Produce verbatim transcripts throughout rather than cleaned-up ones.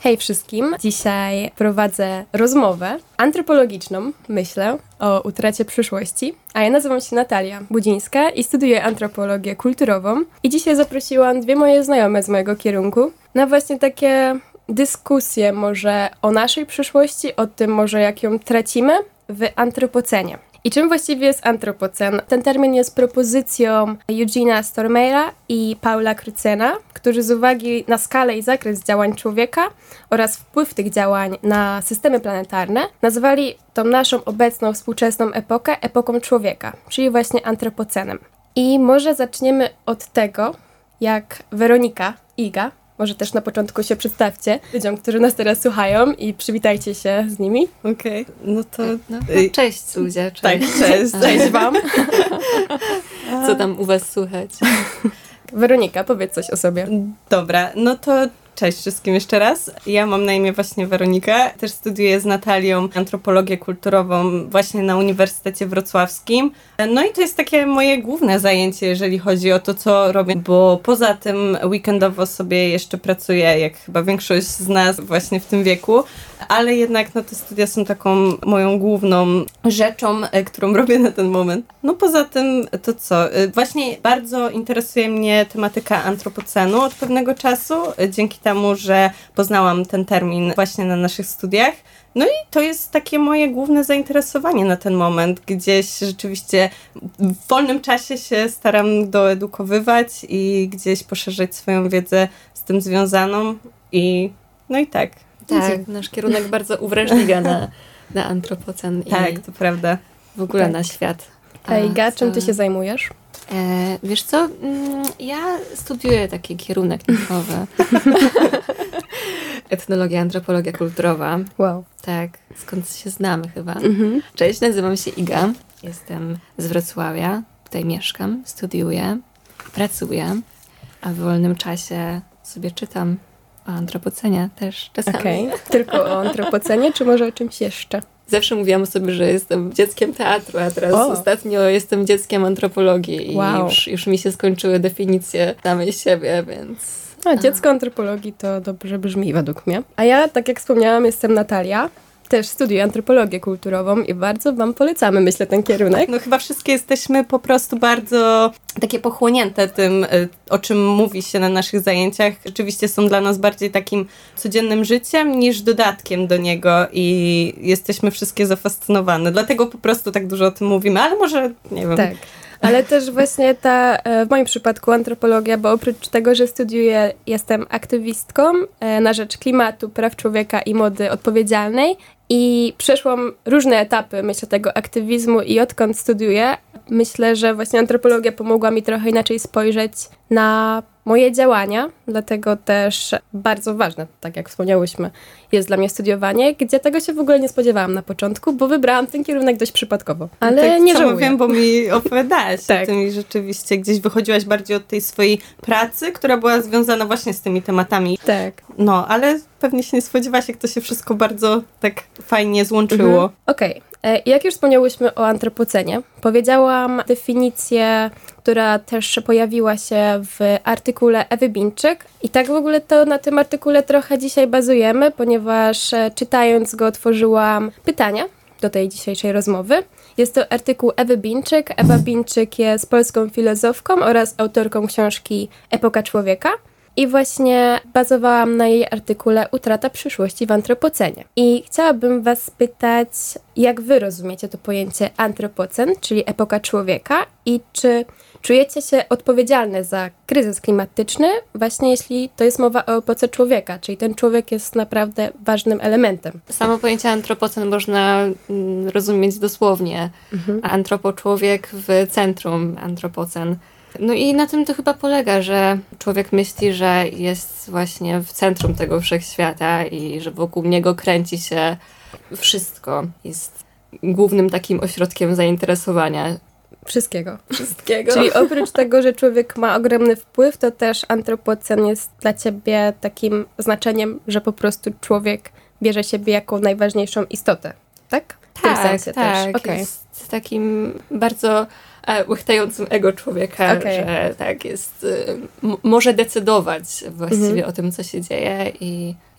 Hej wszystkim! Dzisiaj prowadzę rozmowę antropologiczną, myślę, o utracie przyszłości. A ja nazywam się Natalia Budzińska i studiuję antropologię kulturową. I dzisiaj zaprosiłam dwie moje znajome z mojego kierunku na właśnie takie dyskusje może o naszej przyszłości, o tym może jak ją tracimy w antropocenie. I czym właściwie jest antropocen? Ten termin jest propozycją Eugena Stormera i Paula Crutzena, którzy z uwagi na skalę i zakres działań człowieka oraz wpływ tych działań na systemy planetarne nazwali tą naszą obecną, współczesną epokę epoką człowieka, czyli właśnie antropocenem. I może zaczniemy od tego, jak Weronika, Iga, może też na początku się przedstawcie ludziom, którzy nas teraz słuchają i przywitajcie się z nimi. Okej, okay. No to... No, no, cześć ludzie, cześć. Tak, cześć. Cześć wam. Co tam u was słychać? Weronika, powiedz coś o sobie. Dobra, no to cześć wszystkim jeszcze raz. Ja mam na imię właśnie Weronika. Też studiuję z Natalią antropologię kulturową właśnie na Uniwersytecie Wrocławskim. No i to jest takie moje główne zajęcie, jeżeli chodzi o to, co robię, bo poza tym weekendowo sobie jeszcze pracuję, jak chyba większość z nas właśnie w tym wieku, ale jednak no, te studia są taką moją główną rzeczą, którą robię na ten moment. No poza tym to co? Właśnie bardzo interesuje mnie tematyka antropocenu od pewnego czasu, dzięki temu, że poznałam ten termin właśnie na naszych studiach. No i to jest takie moje główne zainteresowanie na ten moment. Gdzieś rzeczywiście w wolnym czasie się staram doedukowywać i gdzieś poszerzać swoją wiedzę z tym związaną i no i tak. Tak, nasz kierunek bardzo uwrażliwia na, na antropocen. Tak, i to prawda. W ogóle tak. na świat. A Iga, czym ty się zajmujesz? E, wiesz co, mm, ja studiuję taki kierunek naukowy. Etnologia, antropologia kulturowa. Wow. Tak, skąd się znamy chyba. Mhm. Cześć, nazywam się Iga. Jestem z Wrocławia. Tutaj mieszkam, studiuję, pracuję, a w wolnym czasie sobie czytam o antropocenie też czasami. Okej. Okay. Tylko o antropocenie, czy może o czymś jeszcze? Zawsze mówiłam sobie, że jestem dzieckiem teatru, a teraz o. ostatnio jestem dzieckiem antropologii i wow. już, już mi się skończyły definicje samej siebie, więc... A, dziecko antropologii to dobrze brzmi według mnie. A ja, tak jak wspomniałam, jestem Natalia. Też studiuję antropologię kulturową i bardzo wam polecamy, myślę, ten kierunek. No chyba wszystkie jesteśmy po prostu bardzo takie pochłonięte tym, o czym mówi się na naszych zajęciach. Rzeczywiście są dla nas bardziej takim codziennym życiem niż dodatkiem do niego i jesteśmy wszystkie zafascynowane. Dlatego po prostu tak dużo o tym mówimy, ale może, nie wiem... Tak. Ale też właśnie ta, w moim przypadku antropologia, bo oprócz tego, że studiuję, jestem aktywistką na rzecz klimatu, praw człowieka i mody odpowiedzialnej i przeszłam różne etapy, myślę, tego aktywizmu i odkąd studiuję, myślę, że właśnie antropologia pomogła mi trochę inaczej spojrzeć na moje działania, dlatego też bardzo ważne, tak jak wspomniałyśmy, jest dla mnie studiowanie, gdzie tego się w ogóle nie spodziewałam na początku, bo wybrałam ten kierunek dość przypadkowo, ale tak, nie samo żałuję. wiem, bo mi opowiadałaś tak. o tym i rzeczywiście gdzieś wychodziłaś bardziej od tej swojej pracy, która była związana właśnie z tymi tematami. Tak. No, ale pewnie się nie spodziewałaś, jak to się wszystko bardzo tak fajnie złączyło. Mhm. Okej. Okay. Jak już wspomniałyśmy o antropocenie, powiedziałam definicję, która też pojawiła się w artykule Ewy Bińczyk. I tak w ogóle to na tym artykule trochę dzisiaj bazujemy, ponieważ czytając go tworzyłam pytania do tej dzisiejszej rozmowy. Jest to artykuł Ewy Bińczyk. Ewa Bińczyk jest polską filozofką oraz autorką książki Epoka człowieka. I właśnie bazowałam na jej artykule Utrata przyszłości w antropocenie. I chciałabym was spytać, jak wy rozumiecie to pojęcie antropocen, czyli epoka człowieka i czy czujecie się odpowiedzialne za kryzys klimatyczny, właśnie jeśli to jest mowa o epoce człowieka, czyli ten człowiek jest naprawdę ważnym elementem. Samo pojęcie antropocen można mm, rozumieć dosłownie. Mhm. A antropoczłowiek w centrum antropocen. No i na tym to chyba polega, że człowiek myśli, że jest właśnie w centrum tego wszechświata i że wokół niego kręci się wszystko. Jest głównym takim ośrodkiem zainteresowania. Wszystkiego. Wszystkiego. Czyli oprócz tego, że człowiek ma ogromny wpływ, to też antropocen jest dla ciebie takim znaczeniem, że po prostu człowiek bierze siebie jako najważniejszą istotę. Tak? W tak, tym sensie tak. też. Okay. Jest takim bardzo e, łychtającym ego człowieka, okay. że tak jest, y, m- może decydować właściwie mhm. o tym, co się dzieje i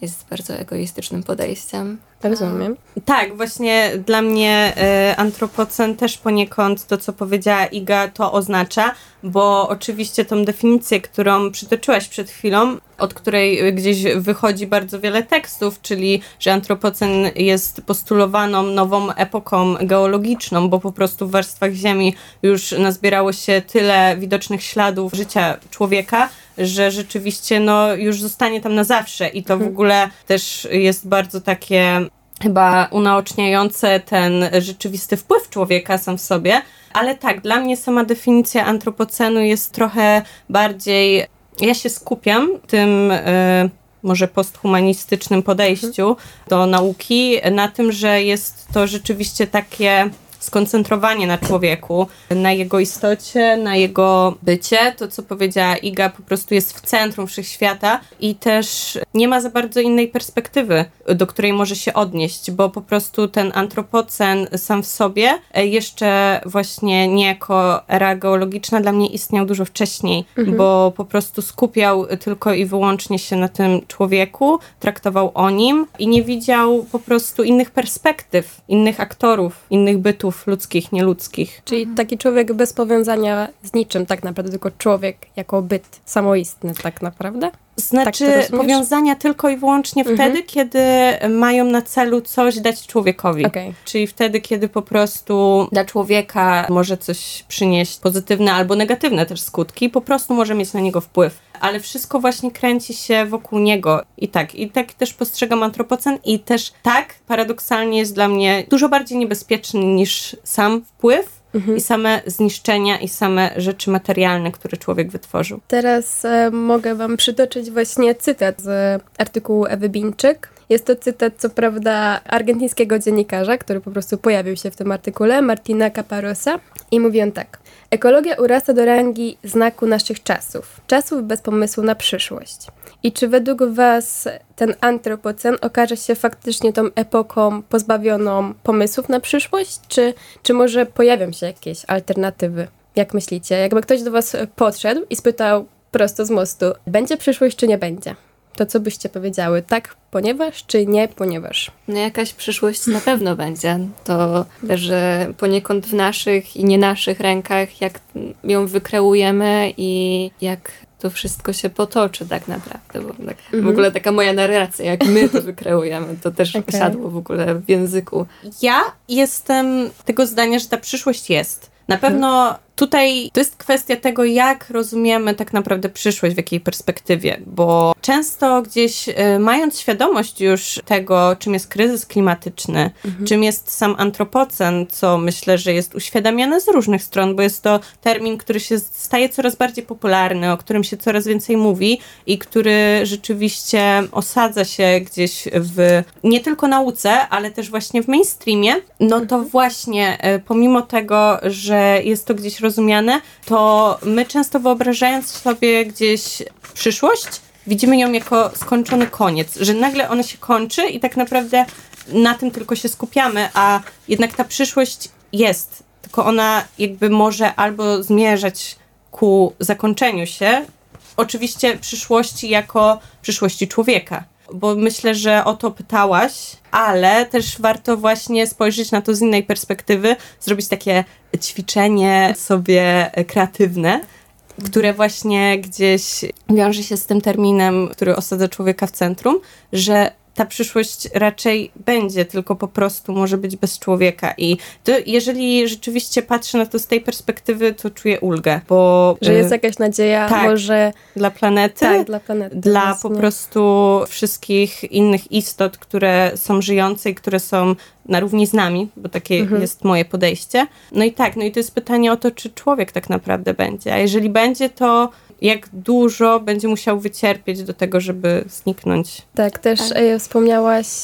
jest bardzo egoistycznym podejściem. Rozumiem. Tak, właśnie dla mnie y, antropocen też poniekąd to, co powiedziała Iga, to oznacza, bo oczywiście tą definicję, którą przytoczyłaś przed chwilą, od której gdzieś wychodzi bardzo wiele tekstów, czyli że antropocen jest postulowaną nową epoką geologiczną, bo po prostu w warstwach ziemi już nazbierało się tyle widocznych śladów życia człowieka, że rzeczywiście no, już zostanie tam na zawsze i to w ogóle też jest bardzo takie chyba unaoczniające ten rzeczywisty wpływ człowieka sam w sobie, ale tak, dla mnie sama definicja antropocenu jest trochę bardziej, ja się skupiam w tym y, może posthumanistycznym podejściu do nauki, na tym, że jest to rzeczywiście takie skoncentrowanie na człowieku, na jego istocie, na jego bycie. To, co powiedziała Iga, po prostu jest w centrum wszechświata i też nie ma za bardzo innej perspektywy, do której może się odnieść, bo po prostu ten antropocen sam w sobie, jeszcze właśnie nie jako era geologiczna, dla mnie istniał dużo wcześniej, mhm. bo po prostu skupiał tylko i wyłącznie się na tym człowieku, traktował o nim i nie widział po prostu innych perspektyw, innych aktorów, innych bytów ludzkich, nieludzkich. Czyli taki człowiek bez powiązania z niczym tak naprawdę, tylko człowiek jako byt samoistny tak naprawdę? Znaczy tak powiązania tylko i wyłącznie mhm. wtedy, kiedy mają na celu coś dać człowiekowi. Okay. Czyli wtedy, kiedy po prostu dla człowieka może coś przynieść pozytywne albo negatywne też skutki, po prostu może mieć na niego wpływ. Ale wszystko właśnie kręci się wokół niego. I tak, i tak też postrzegam antropocen i też tak paradoksalnie jest dla mnie dużo bardziej niebezpieczny niż sam wpływ, Mhm. i same zniszczenia i same rzeczy materialne, które człowiek wytworzył. Teraz e, mogę wam przytoczyć właśnie cytat z artykułu Ewy Bińczyk. Jest to cytat, co prawda, argentyńskiego dziennikarza, który po prostu pojawił się w tym artykule, Martina Caparosa. I mówi on tak. Ekologia urasta do rangi znaku naszych czasów. Czasów bez pomysłu na przyszłość. I czy według was ten antropocen okaże się faktycznie tą epoką pozbawioną pomysłów na przyszłość? Czy, czy może pojawią się jakieś alternatywy? Jak myślicie? Jakby ktoś do was podszedł i spytał prosto z mostu, będzie przyszłość czy nie będzie? To co byście powiedziały? Tak, ponieważ, czy nie, ponieważ? No jakaś przyszłość na pewno będzie. To leży poniekąd w naszych i nie naszych rękach, jak ją wykreujemy i jak to wszystko się potoczy tak naprawdę. Bo tak, mhm. W ogóle taka moja narracja, jak my to wykreujemy, to też okay. siadło w ogóle w języku. Ja jestem tego zdania, że ta przyszłość jest. Na pewno tutaj to jest kwestia tego, jak rozumiemy tak naprawdę przyszłość, w jakiej perspektywie, bo często gdzieś y, mając świadomość już tego, czym jest kryzys klimatyczny, mhm. czym jest sam antropocen, co myślę, że jest uświadamiane z różnych stron, bo jest to termin, który się staje coraz bardziej popularny, o którym się coraz więcej mówi i który rzeczywiście osadza się gdzieś w nie tylko nauce, ale też właśnie w mainstreamie, no to mhm. właśnie y, pomimo tego, że jest to gdzieś rozumiane, to my często wyobrażając sobie gdzieś przyszłość, widzimy ją jako skończony koniec, że nagle ona się kończy i tak naprawdę na tym tylko się skupiamy, a jednak ta przyszłość jest, tylko ona jakby może albo zmierzać ku zakończeniu się, oczywiście przyszłości jako przyszłości człowieka. Bo myślę, że o to pytałaś, ale też warto właśnie spojrzeć na to z innej perspektywy, zrobić takie ćwiczenie sobie kreatywne, które właśnie gdzieś wiąże się z tym terminem, który osadza człowieka w centrum, że ta przyszłość raczej będzie, tylko po prostu może być bez człowieka. I to, jeżeli rzeczywiście patrzę na to z tej perspektywy, to czuję ulgę, bo... Że jest jakaś nadzieja, tak, może... Dla planety, tak, dla planety. Dla właśnie. po prostu wszystkich innych istot, które są żyjące i które są na równi z nami, bo takie mhm. jest moje podejście. No i tak, no i to jest pytanie o to, czy człowiek tak naprawdę będzie. A jeżeli będzie, to jak dużo będzie musiał wycierpieć do tego, żeby zniknąć. Tak, też tak. wspomniałaś o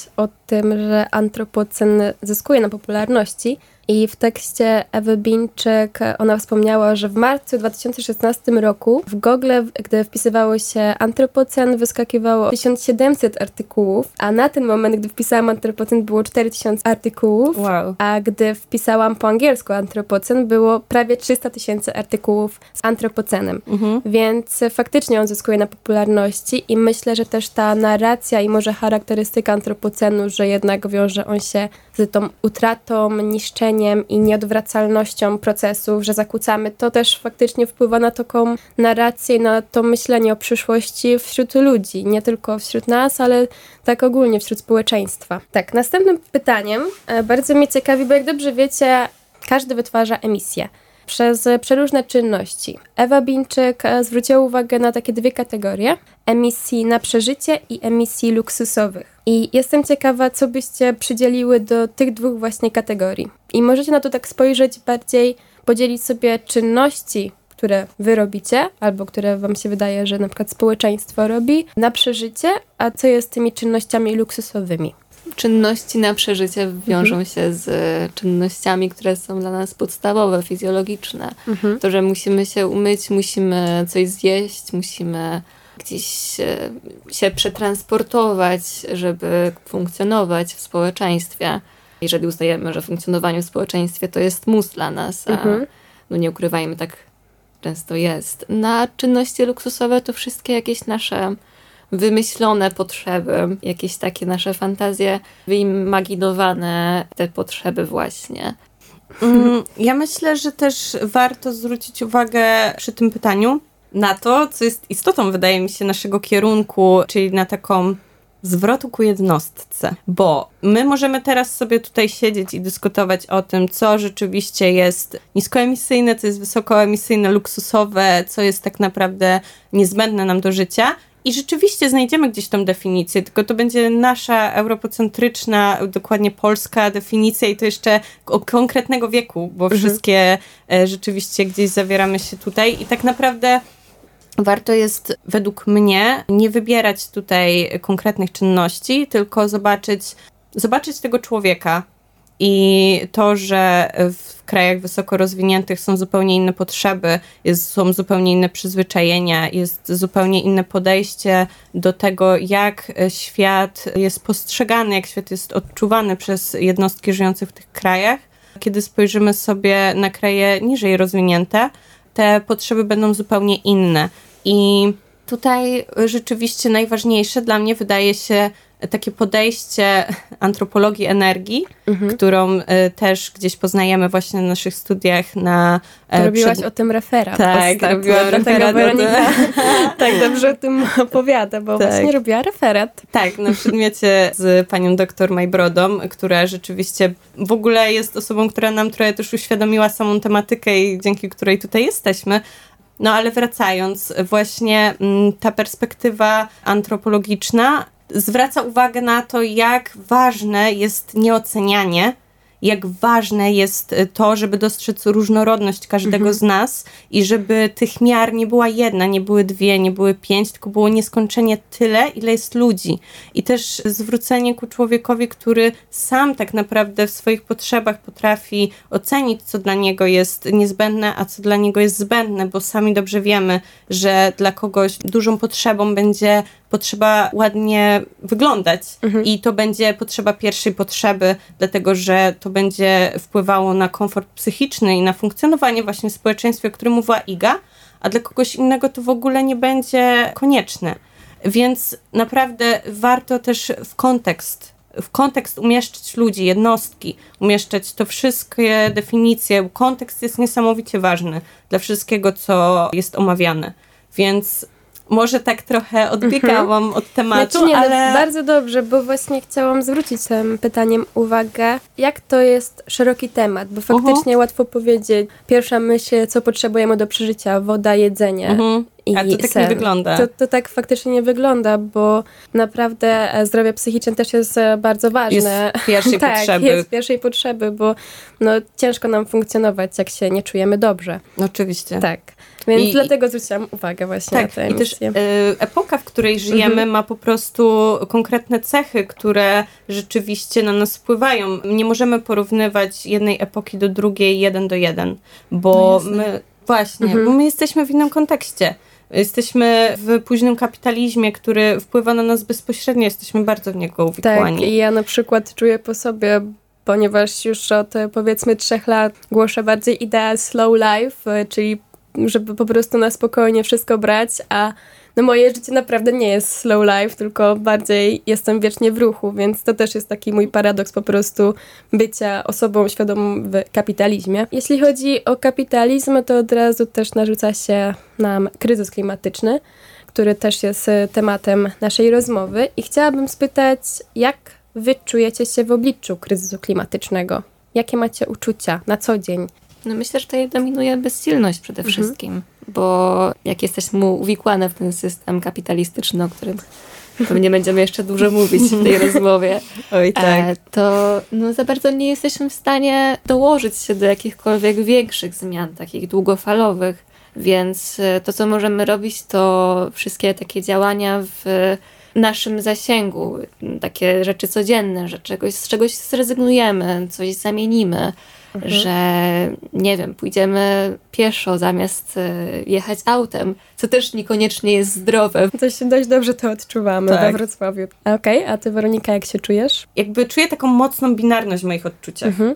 tym, że antropocen zyskuje na popularności. I w tekście Ewy Bińczyk ona wspomniała, że w marcu dwa tysiące szesnastym roku w Google, gdy wpisywało się antropocen, wyskakiwało tysiąc siedemset artykułów, a na ten moment, gdy wpisałam antropocen, było cztery tysiące artykułów, wow. a gdy wpisałam po angielsku antropocen, było prawie trzysta tysięcy artykułów z antropocenem. Mhm. Więc faktycznie on zyskuje na popularności i myślę, że też ta narracja i może charakterystyka antropocenu, że jednak wiąże on się z tą utratą, niszczeniem i nieodwracalnością procesów, że zakłócamy, to też faktycznie wpływa na taką narrację i na to myślenie o przyszłości wśród ludzi. Nie tylko wśród nas, ale tak ogólnie wśród społeczeństwa. Tak, następnym pytaniem bardzo mnie ciekawi, bo jak dobrze wiecie, każdy wytwarza emisję przez przeróżne czynności. Ewa Bińczyk zwróciła uwagę na takie dwie kategorie: emisji na przeżycie i emisji luksusowych. I jestem ciekawa, co byście przydzieliły do tych dwóch właśnie kategorii. I możecie na to tak spojrzeć bardziej, podzielić sobie czynności, które wy robicie, albo które wam się wydaje, że na przykład społeczeństwo robi, na przeżycie, a co jest z tymi czynnościami luksusowymi. Czynności na przeżycie wiążą się z czynnościami, które są dla nas podstawowe, fizjologiczne. Mhm. To, że musimy się umyć, musimy coś zjeść, musimy gdzieś się przetransportować, żeby funkcjonować w społeczeństwie. Jeżeli uznajemy, że funkcjonowanie w społeczeństwie to jest mus dla nas, a mhm. no nie ukrywajmy, tak często jest. Na czynności luksusowe to wszystkie jakieś nasze wymyślone potrzeby, jakieś takie nasze fantazje, wyimaginowane te potrzeby właśnie. Mm, ja myślę, że też warto zwrócić uwagę przy tym pytaniu na to, co jest istotą, wydaje mi się, naszego kierunku, czyli na taką zwrotu ku jednostce. Bo my możemy teraz sobie tutaj siedzieć i dyskutować o tym, co rzeczywiście jest niskoemisyjne, co jest wysokoemisyjne, luksusowe, co jest tak naprawdę niezbędne nam do życia. I rzeczywiście znajdziemy gdzieś tą definicję, tylko to będzie nasza europocentryczna, dokładnie polska definicja i to jeszcze o konkretnego wieku, bo mhm. wszystkie e, rzeczywiście gdzieś zawieramy się tutaj i tak naprawdę warto jest według mnie nie wybierać tutaj konkretnych czynności, tylko zobaczyć, zobaczyć tego człowieka i to, że w krajach wysoko rozwiniętych są zupełnie inne potrzeby, jest, są zupełnie inne przyzwyczajenia, jest zupełnie inne podejście do tego, jak świat jest postrzegany, jak świat jest odczuwany przez jednostki żyjące w tych krajach. Kiedy spojrzymy sobie na kraje niżej rozwinięte, te potrzeby będą zupełnie inne. I tutaj rzeczywiście najważniejsze dla mnie wydaje się takie podejście antropologii energii, mhm. którą y, też gdzieś poznajemy właśnie na naszych studiach na... Y, robiłaś przed... o tym referat. Tak, ostatnio, robiłam referat. Weronika tak dobrze o tym opowiada, bo tak. właśnie robiła referat. Tak, na przedmiocie z panią doktor Majbrodą, która rzeczywiście w ogóle jest osobą, która nam trochę też uświadomiła samą tematykę i dzięki której tutaj jesteśmy. No ale wracając, właśnie m, ta perspektywa antropologiczna zwraca uwagę na to, jak ważne jest nieocenianie, jak ważne jest to, żeby dostrzec różnorodność każdego mhm. z nas i żeby tych miar nie była jedna, nie były dwie, nie były pięć, tylko było nieskończenie tyle, ile jest ludzi. I też zwrócenie ku człowiekowi, który sam tak naprawdę w swoich potrzebach potrafi ocenić, co dla niego jest niezbędne, a co dla niego jest zbędne, bo sami dobrze wiemy, że dla kogoś dużą potrzebą będzie potrzeba ładnie wyglądać mhm. i to będzie potrzeba pierwszej potrzeby, dlatego że to będzie wpływało na komfort psychiczny i na funkcjonowanie właśnie w społeczeństwie, o którym mówiła Iga, a dla kogoś innego to w ogóle nie będzie konieczne. Więc naprawdę warto też w kontekst, w kontekst umieszczać ludzi, jednostki, umieszczać to wszystkie definicje. Kontekst jest niesamowicie ważny dla wszystkiego, co jest omawiane. Więc może tak trochę odbiegałam mhm. od tematu, znaczy nie, ale... No, bardzo dobrze, bo właśnie chciałam zwrócić tym pytaniem uwagę, jak to jest szeroki temat, bo faktycznie uh-huh. łatwo powiedzieć, pierwsza myśl, co potrzebujemy do przeżycia, woda, jedzenie. Uh-huh. I A to tak sen. nie wygląda. To, to tak faktycznie nie wygląda, bo naprawdę e, zdrowie psychiczne też jest e, bardzo ważne. Jest pierwszej tak, potrzeby. jest pierwszej potrzeby, bo no, ciężko nam funkcjonować, jak się nie czujemy dobrze. Oczywiście. Tak. Więc I, dlatego zwróciłam uwagę właśnie tak, na tę i też emisję. y, epoka, w której żyjemy, Mhm. ma po prostu konkretne cechy, które rzeczywiście na nas wpływają. Nie możemy porównywać jednej epoki do drugiej jeden do jeden, bo No my właśnie, Mhm. bo my jesteśmy w innym kontekście. Jesteśmy w późnym kapitalizmie, który wpływa na nas bezpośrednio, jesteśmy bardzo w niego uwikłani. Tak, i ja na przykład czuję po sobie, ponieważ już od e, powiedzmy trzech lat głoszę bardziej ideę slow life, e, czyli żeby po prostu na spokojnie wszystko brać, a no moje życie naprawdę nie jest slow life, tylko bardziej jestem wiecznie w ruchu, więc to też jest taki mój paradoks po prostu bycia osobą świadomą w kapitalizmie. Jeśli chodzi o kapitalizm, to od razu też narzuca się nam kryzys klimatyczny, który też jest e, tematem naszej rozmowy i chciałabym spytać, jak wy czujecie się w obliczu kryzysu klimatycznego? Jakie macie uczucia na co dzień? No myślę, że tutaj dominuje bezsilność przede wszystkim, bo jak jesteśmy uwikłane w ten system kapitalistyczny, o którym pewnie będziemy jeszcze dużo mówić w tej rozmowie, Oj, tak. e, to no, za bardzo nie jesteśmy w stanie dołożyć się do jakichkolwiek większych zmian, takich długofalowych, więc e, to, co możemy robić, to wszystkie takie działania w naszym zasięgu, takie rzeczy codzienne, że czegoś, z czegoś zrezygnujemy, coś zamienimy, Mhm. że nie wiem, pójdziemy pieszo zamiast e, jechać autem, co też niekoniecznie jest zdrowe. Coś dość dobrze to odczuwamy Tak. we Wrocławiu. Okej, a ty Weronika, jak się czujesz? Jakby czuję taką mocną binarność w moich odczuciach. Mhm.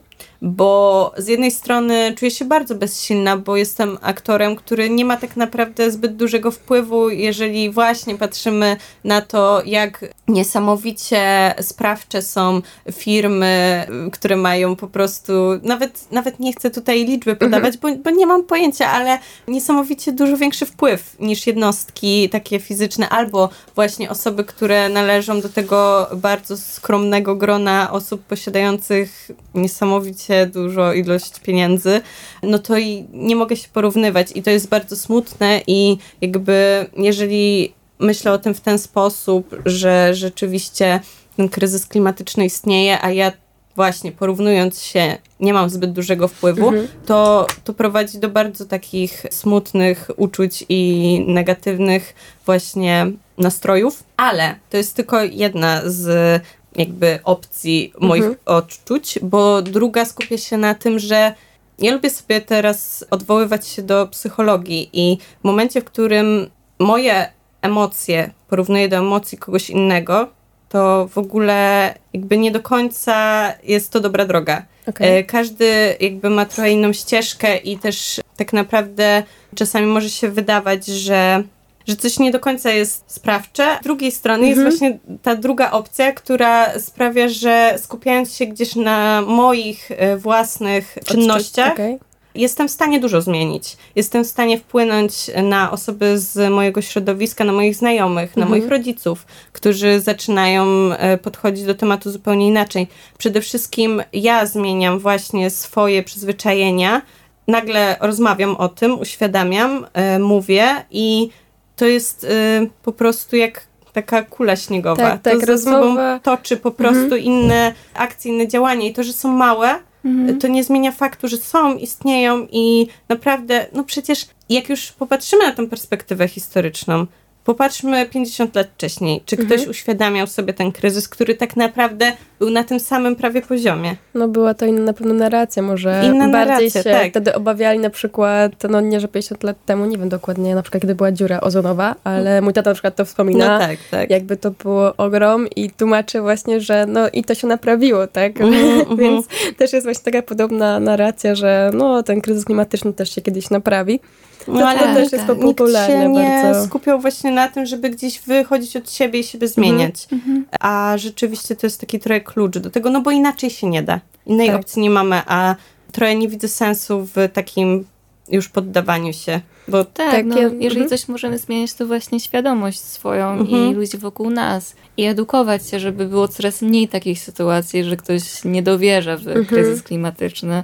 Bo z jednej strony czuję się bardzo bezsilna, bo jestem aktorem, który nie ma tak naprawdę zbyt dużego wpływu, jeżeli właśnie patrzymy na to, jak niesamowicie sprawcze są firmy, które mają po prostu, nawet, nawet nie chcę tutaj liczby podawać, bo, bo nie mam pojęcia, ale niesamowicie dużo większy wpływ niż jednostki takie fizyczne, albo właśnie osoby, które należą do tego bardzo skromnego grona osób posiadających niesamowicie dużo ilość pieniędzy, no to i nie mogę się porównywać i to jest bardzo smutne i jakby jeżeli myślę o tym w ten sposób, że rzeczywiście ten kryzys klimatyczny istnieje, a ja właśnie porównując się nie mam zbyt dużego wpływu, Mhm. to, to prowadzi do bardzo takich smutnych uczuć i negatywnych właśnie nastrojów, ale to jest tylko jedna z jakby opcji moich Mhm. odczuć, bo druga skupia się na tym, że ja lubię sobie teraz odwoływać się do psychologii i w momencie, w którym moje emocje porównuję do emocji kogoś innego, to w ogóle jakby nie do końca jest to dobra droga. Okej. E, Każdy jakby ma trochę inną ścieżkę i też tak naprawdę czasami może się wydawać, że że coś nie do końca jest sprawcze. Z drugiej strony Mhm. jest właśnie ta druga opcja, która sprawia, że skupiając się gdzieś na moich e, własnych czynnościach, Okej. jestem w stanie dużo zmienić. Jestem w stanie wpłynąć na osoby z mojego środowiska, na moich znajomych, na Mhm. moich rodziców, którzy zaczynają e, podchodzić do tematu zupełnie inaczej. Przede wszystkim ja zmieniam właśnie swoje przyzwyczajenia. Nagle rozmawiam o tym, uświadamiam, e, mówię i to jest y, po prostu jak taka kula śniegowa. Tak, tak, to za sobą rozmowa- toczy po prostu inne akcje, inne działania i to, że są małe, Mhm. to nie zmienia faktu, że są, istnieją i naprawdę, no przecież jak już popatrzymy na tę perspektywę historyczną, popatrzmy pięćdziesiąt lat wcześniej, czy ktoś Mhm. uświadamiał sobie ten kryzys, który tak naprawdę był na tym samym prawie poziomie. No była to inna na pewno narracja, może Inna bardziej narracja, się tak. wtedy obawiali na przykład, no nie, że pięćdziesiąt lat temu, nie wiem dokładnie, na przykład kiedy była dziura ozonowa, ale mój tata na przykład to wspomina, No tak, tak. jakby to było ogrom i tłumaczy właśnie, że no i to się naprawiło, tak? Mhm, Więc też jest właśnie taka podobna narracja, że no ten kryzys klimatyczny też się kiedyś naprawi. No To, ale to tak, też jest tak. nikt popularne się nie bardzo. skupiał właśnie na tym, żeby gdzieś wychodzić od siebie i siebie zmieniać. Mhm. A rzeczywiście to jest taki trochę klucz do tego, no bo inaczej się nie da. Innej Tak. opcji nie mamy, a trochę nie widzę sensu w takim już poddawaniu się. Bo Tak, Takie- no, jeżeli mhm. coś możemy zmieniać, to właśnie świadomość swoją Mhm. i ludzi wokół nas. I edukować się, żeby było coraz mniej takich sytuacji, że ktoś nie dowierza w Mhm. kryzys klimatyczny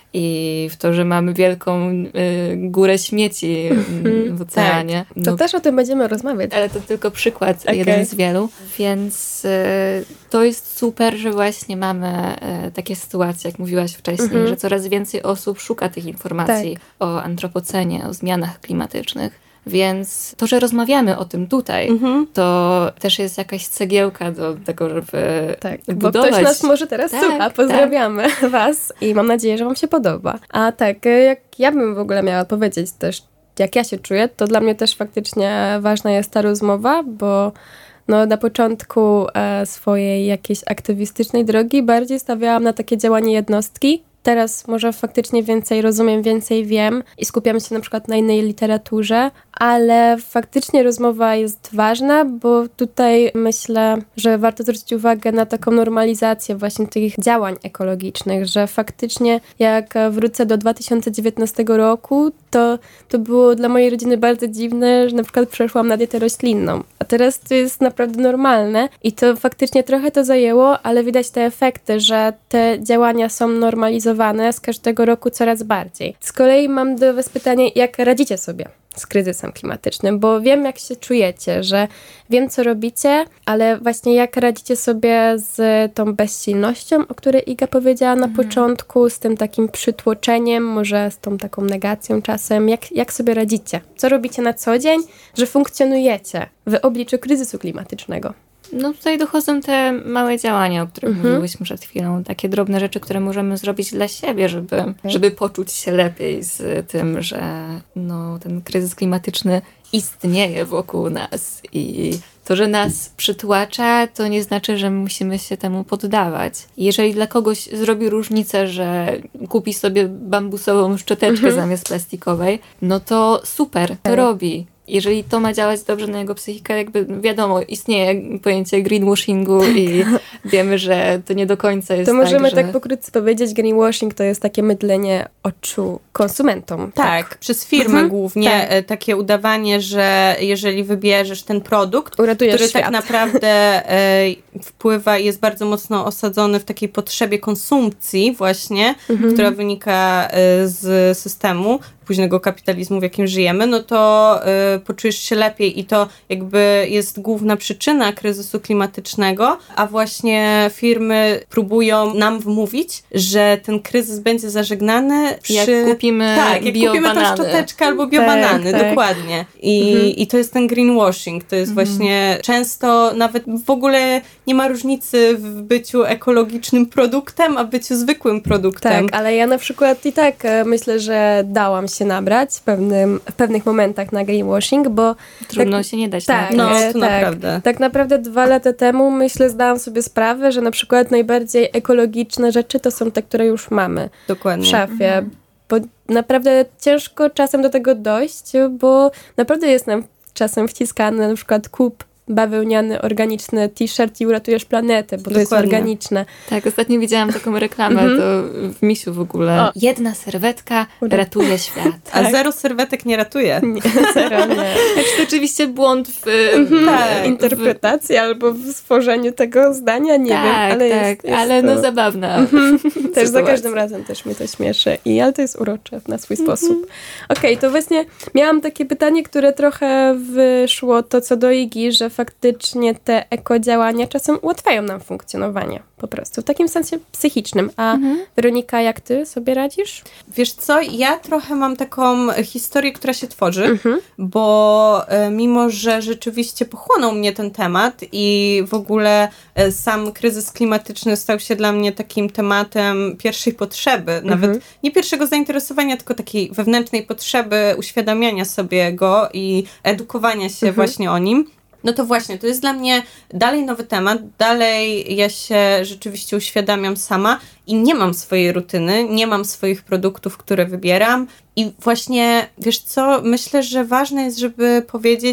i w to, że mamy wielką y, górę śmieci y, w oceanie. Tak. To no, też o tym będziemy rozmawiać. ale to tylko przykład, Okay. jeden z wielu. Więc y, to jest super, że właśnie mamy y, takie sytuacje, jak mówiłaś wcześniej, Mhm. że coraz więcej osób szuka tych informacji o antropocenie, o zmianach klimatycznych. Więc to, że rozmawiamy o tym tutaj, Mhm. to też jest jakaś cegiełka do tego, żeby Tak, bo budować. ktoś nas może teraz Tak, słucha. Pozdrawiamy was i mam nadzieję, że wam się podoba. A tak, jak ja bym w ogóle miała powiedzieć też, jak ja się czuję, to dla mnie też faktycznie ważna jest ta rozmowa, bo no, na początku e, swojej jakiejś aktywistycznej drogi bardziej stawiałam na takie działanie jednostki. Teraz może faktycznie więcej rozumiem, więcej wiem i skupiam się na przykład na innej literaturze, ale faktycznie rozmowa jest ważna, bo tutaj myślę, że warto zwrócić uwagę na taką normalizację właśnie tych działań ekologicznych, że faktycznie jak wrócę do dwa tysiące dziewiętnastego roku, to, to było dla mojej rodziny bardzo dziwne, że na przykład przeszłam na dietę roślinną, a teraz to jest naprawdę normalne i to faktycznie trochę to zajęło, ale widać te efekty, że te działania są normalizowane z każdego roku coraz bardziej. Z kolei mam do was pytanie, jak radzicie sobie z kryzysem klimatycznym, bo wiem, jak się czujecie, że wiem, co robicie, ale właśnie jak radzicie sobie z tą bezsilnością, o której Iga powiedziała na mhm. początku, z tym takim przytłoczeniem, może z tą taką negacją czasem. Jak, jak sobie radzicie? Co robicie na co dzień, że funkcjonujecie w obliczu kryzysu klimatycznego? No tutaj dochodzą te małe działania, o których Mhm. mówiłyśmy przed chwilą. Takie drobne rzeczy, które możemy zrobić dla siebie, żeby, okay. żeby poczuć się lepiej z tym, że no, ten kryzys klimatyczny istnieje wokół nas i to, że nas przytłacza, to nie znaczy, że musimy się temu poddawać. Jeżeli dla kogoś zrobi różnicę, że kupi sobie bambusową szczoteczkę mhm. zamiast plastikowej, no to super, to okay. robi. Jeżeli to ma działać dobrze na jego psychikę, jakby wiadomo, istnieje pojęcie greenwashingu tak. i wiemy, że to nie do końca jest to tak, możemy że... tak pokrótce powiedzieć, greenwashing to jest takie mydlenie oczu konsumentom. Tak, tak. przez firmy mhm. głównie tak. takie udawanie, że jeżeli wybierzesz ten produkt, uratujesz który świat. tak naprawdę e, wpływa i jest bardzo mocno osadzony w takiej potrzebie konsumpcji właśnie, mhm. która wynika e, z systemu późnego kapitalizmu, w jakim żyjemy, no to y, poczujesz się lepiej i to jakby jest główna przyczyna kryzysu klimatycznego, a właśnie firmy próbują nam wmówić, że ten kryzys będzie zażegnany przy... Jak kupimy tak, jak kupimy tą szczoteczkę albo biobanany, tak, tak. dokładnie. I, mhm. I to jest ten greenwashing, to jest mhm. właśnie często nawet w ogóle nie ma różnicy w byciu ekologicznym produktem, a byciu zwykłym produktem. Tak, ale ja na przykład i tak myślę, że dałam się nabrać w, pewnym, w pewnych momentach na greenwashing, bo... Trudno tak, się nie dać tak, No, to tak, naprawdę. Tak naprawdę dwa lata temu, myślę, zdałam sobie sprawę, że na przykład najbardziej ekologiczne rzeczy to są te, które już mamy Dokładnie. w szafie. Mhm. Bo naprawdę ciężko czasem do tego dojść, bo naprawdę jest nam czasem wciskane na przykład kup bawełniany, organiczny t-shirt i uratujesz planetę, bo Dokładnie. to jest organiczne. Tak, ostatnio widziałam taką reklamę, to w Misiu w ogóle. O. Jedna serwetka ratuje świat. A tak. zero serwetek nie ratuje. Nie, zero nie. Znaczy to oczywiście błąd w, mhm, tak, w interpretacji w... albo w stworzeniu tego zdania, nie tak, wiem, ale tak, jest, jest ale to... no zabawna. Mhm. Też za każdym razem też mnie to śmieszy, I, ale to jest urocze na swój mhm. sposób. Okej, okay, to właśnie miałam takie pytanie, które trochę wyszło to co do Igi, że faktycznie te ekodziałania czasem ułatwiają nam funkcjonowanie. Po prostu. W takim sensie psychicznym. A mhm. Weronika, jak ty sobie radzisz? Wiesz co, ja trochę mam taką historię, która się tworzy, mhm. bo e, mimo, że rzeczywiście pochłonął mnie ten temat i w ogóle e, sam kryzys klimatyczny stał się dla mnie takim tematem pierwszej potrzeby. Mhm. Nawet nie pierwszego zainteresowania, tylko takiej wewnętrznej potrzeby uświadamiania sobie go i edukowania się mhm. właśnie o nim. No to właśnie, to jest dla mnie dalej nowy temat, dalej ja się rzeczywiście uświadamiam sama i nie mam swojej rutyny, nie mam swoich produktów, które wybieram i właśnie, wiesz co, myślę, że ważne jest, żeby powiedzieć,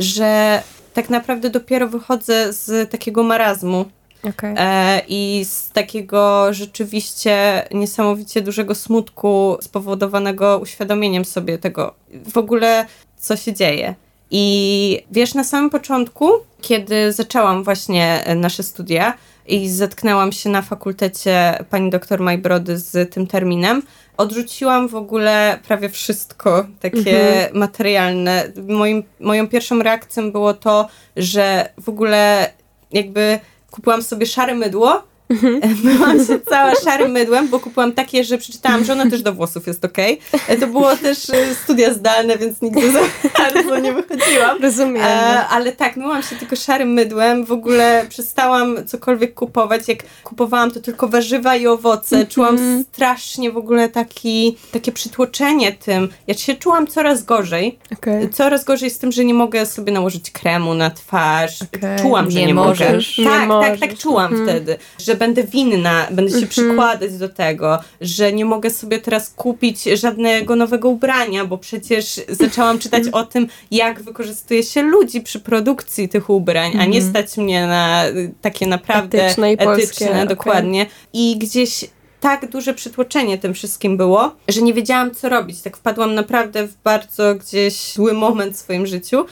że tak naprawdę dopiero wychodzę z takiego marazmu. Okay. E, i z takiego rzeczywiście niesamowicie dużego smutku spowodowanego uświadomieniem sobie tego w ogóle, co się dzieje. I wiesz, na samym początku, kiedy zaczęłam właśnie nasze studia, i zetknęłam się na fakultecie pani doktor Majbrody z tym terminem. Odrzuciłam w ogóle prawie wszystko takie mhm. materialne. Moim, moją pierwszą reakcją było to, że w ogóle jakby kupiłam sobie szare mydło. Mhm. Byłam się cała szarym mydłem, bo kupiłam takie, że przeczytałam, że ona też do włosów jest okej. Okay. To było też studia zdalne, więc nigdy za bardzo nie wychodziłam. Rozumiem. E, ale tak, myłam się tylko szarym mydłem. W ogóle przestałam cokolwiek kupować. Jak kupowałam, to tylko warzywa i owoce. Mm-hmm. Czułam strasznie w ogóle taki, takie przytłoczenie tym. Ja się czułam coraz gorzej. Okay. Coraz gorzej z tym, że nie mogę sobie nałożyć kremu na twarz. Okay. Czułam, że nie, nie możesz. Mogę. Tak, nie tak, możesz. tak, tak czułam mm. wtedy. Że będę winna, będę się mm-hmm. przykładać do tego, że nie mogę sobie teraz kupić żadnego nowego ubrania, bo przecież zaczęłam czytać o tym, jak wykorzystuje się ludzi przy produkcji tych ubrań, mm-hmm. a nie stać mnie na takie naprawdę etyczne, i polskie, etyczne dokładnie. Okay. I gdzieś tak duże przytłoczenie tym wszystkim było, że nie wiedziałam, co robić. Tak wpadłam naprawdę w bardzo gdzieś zły moment w swoim życiu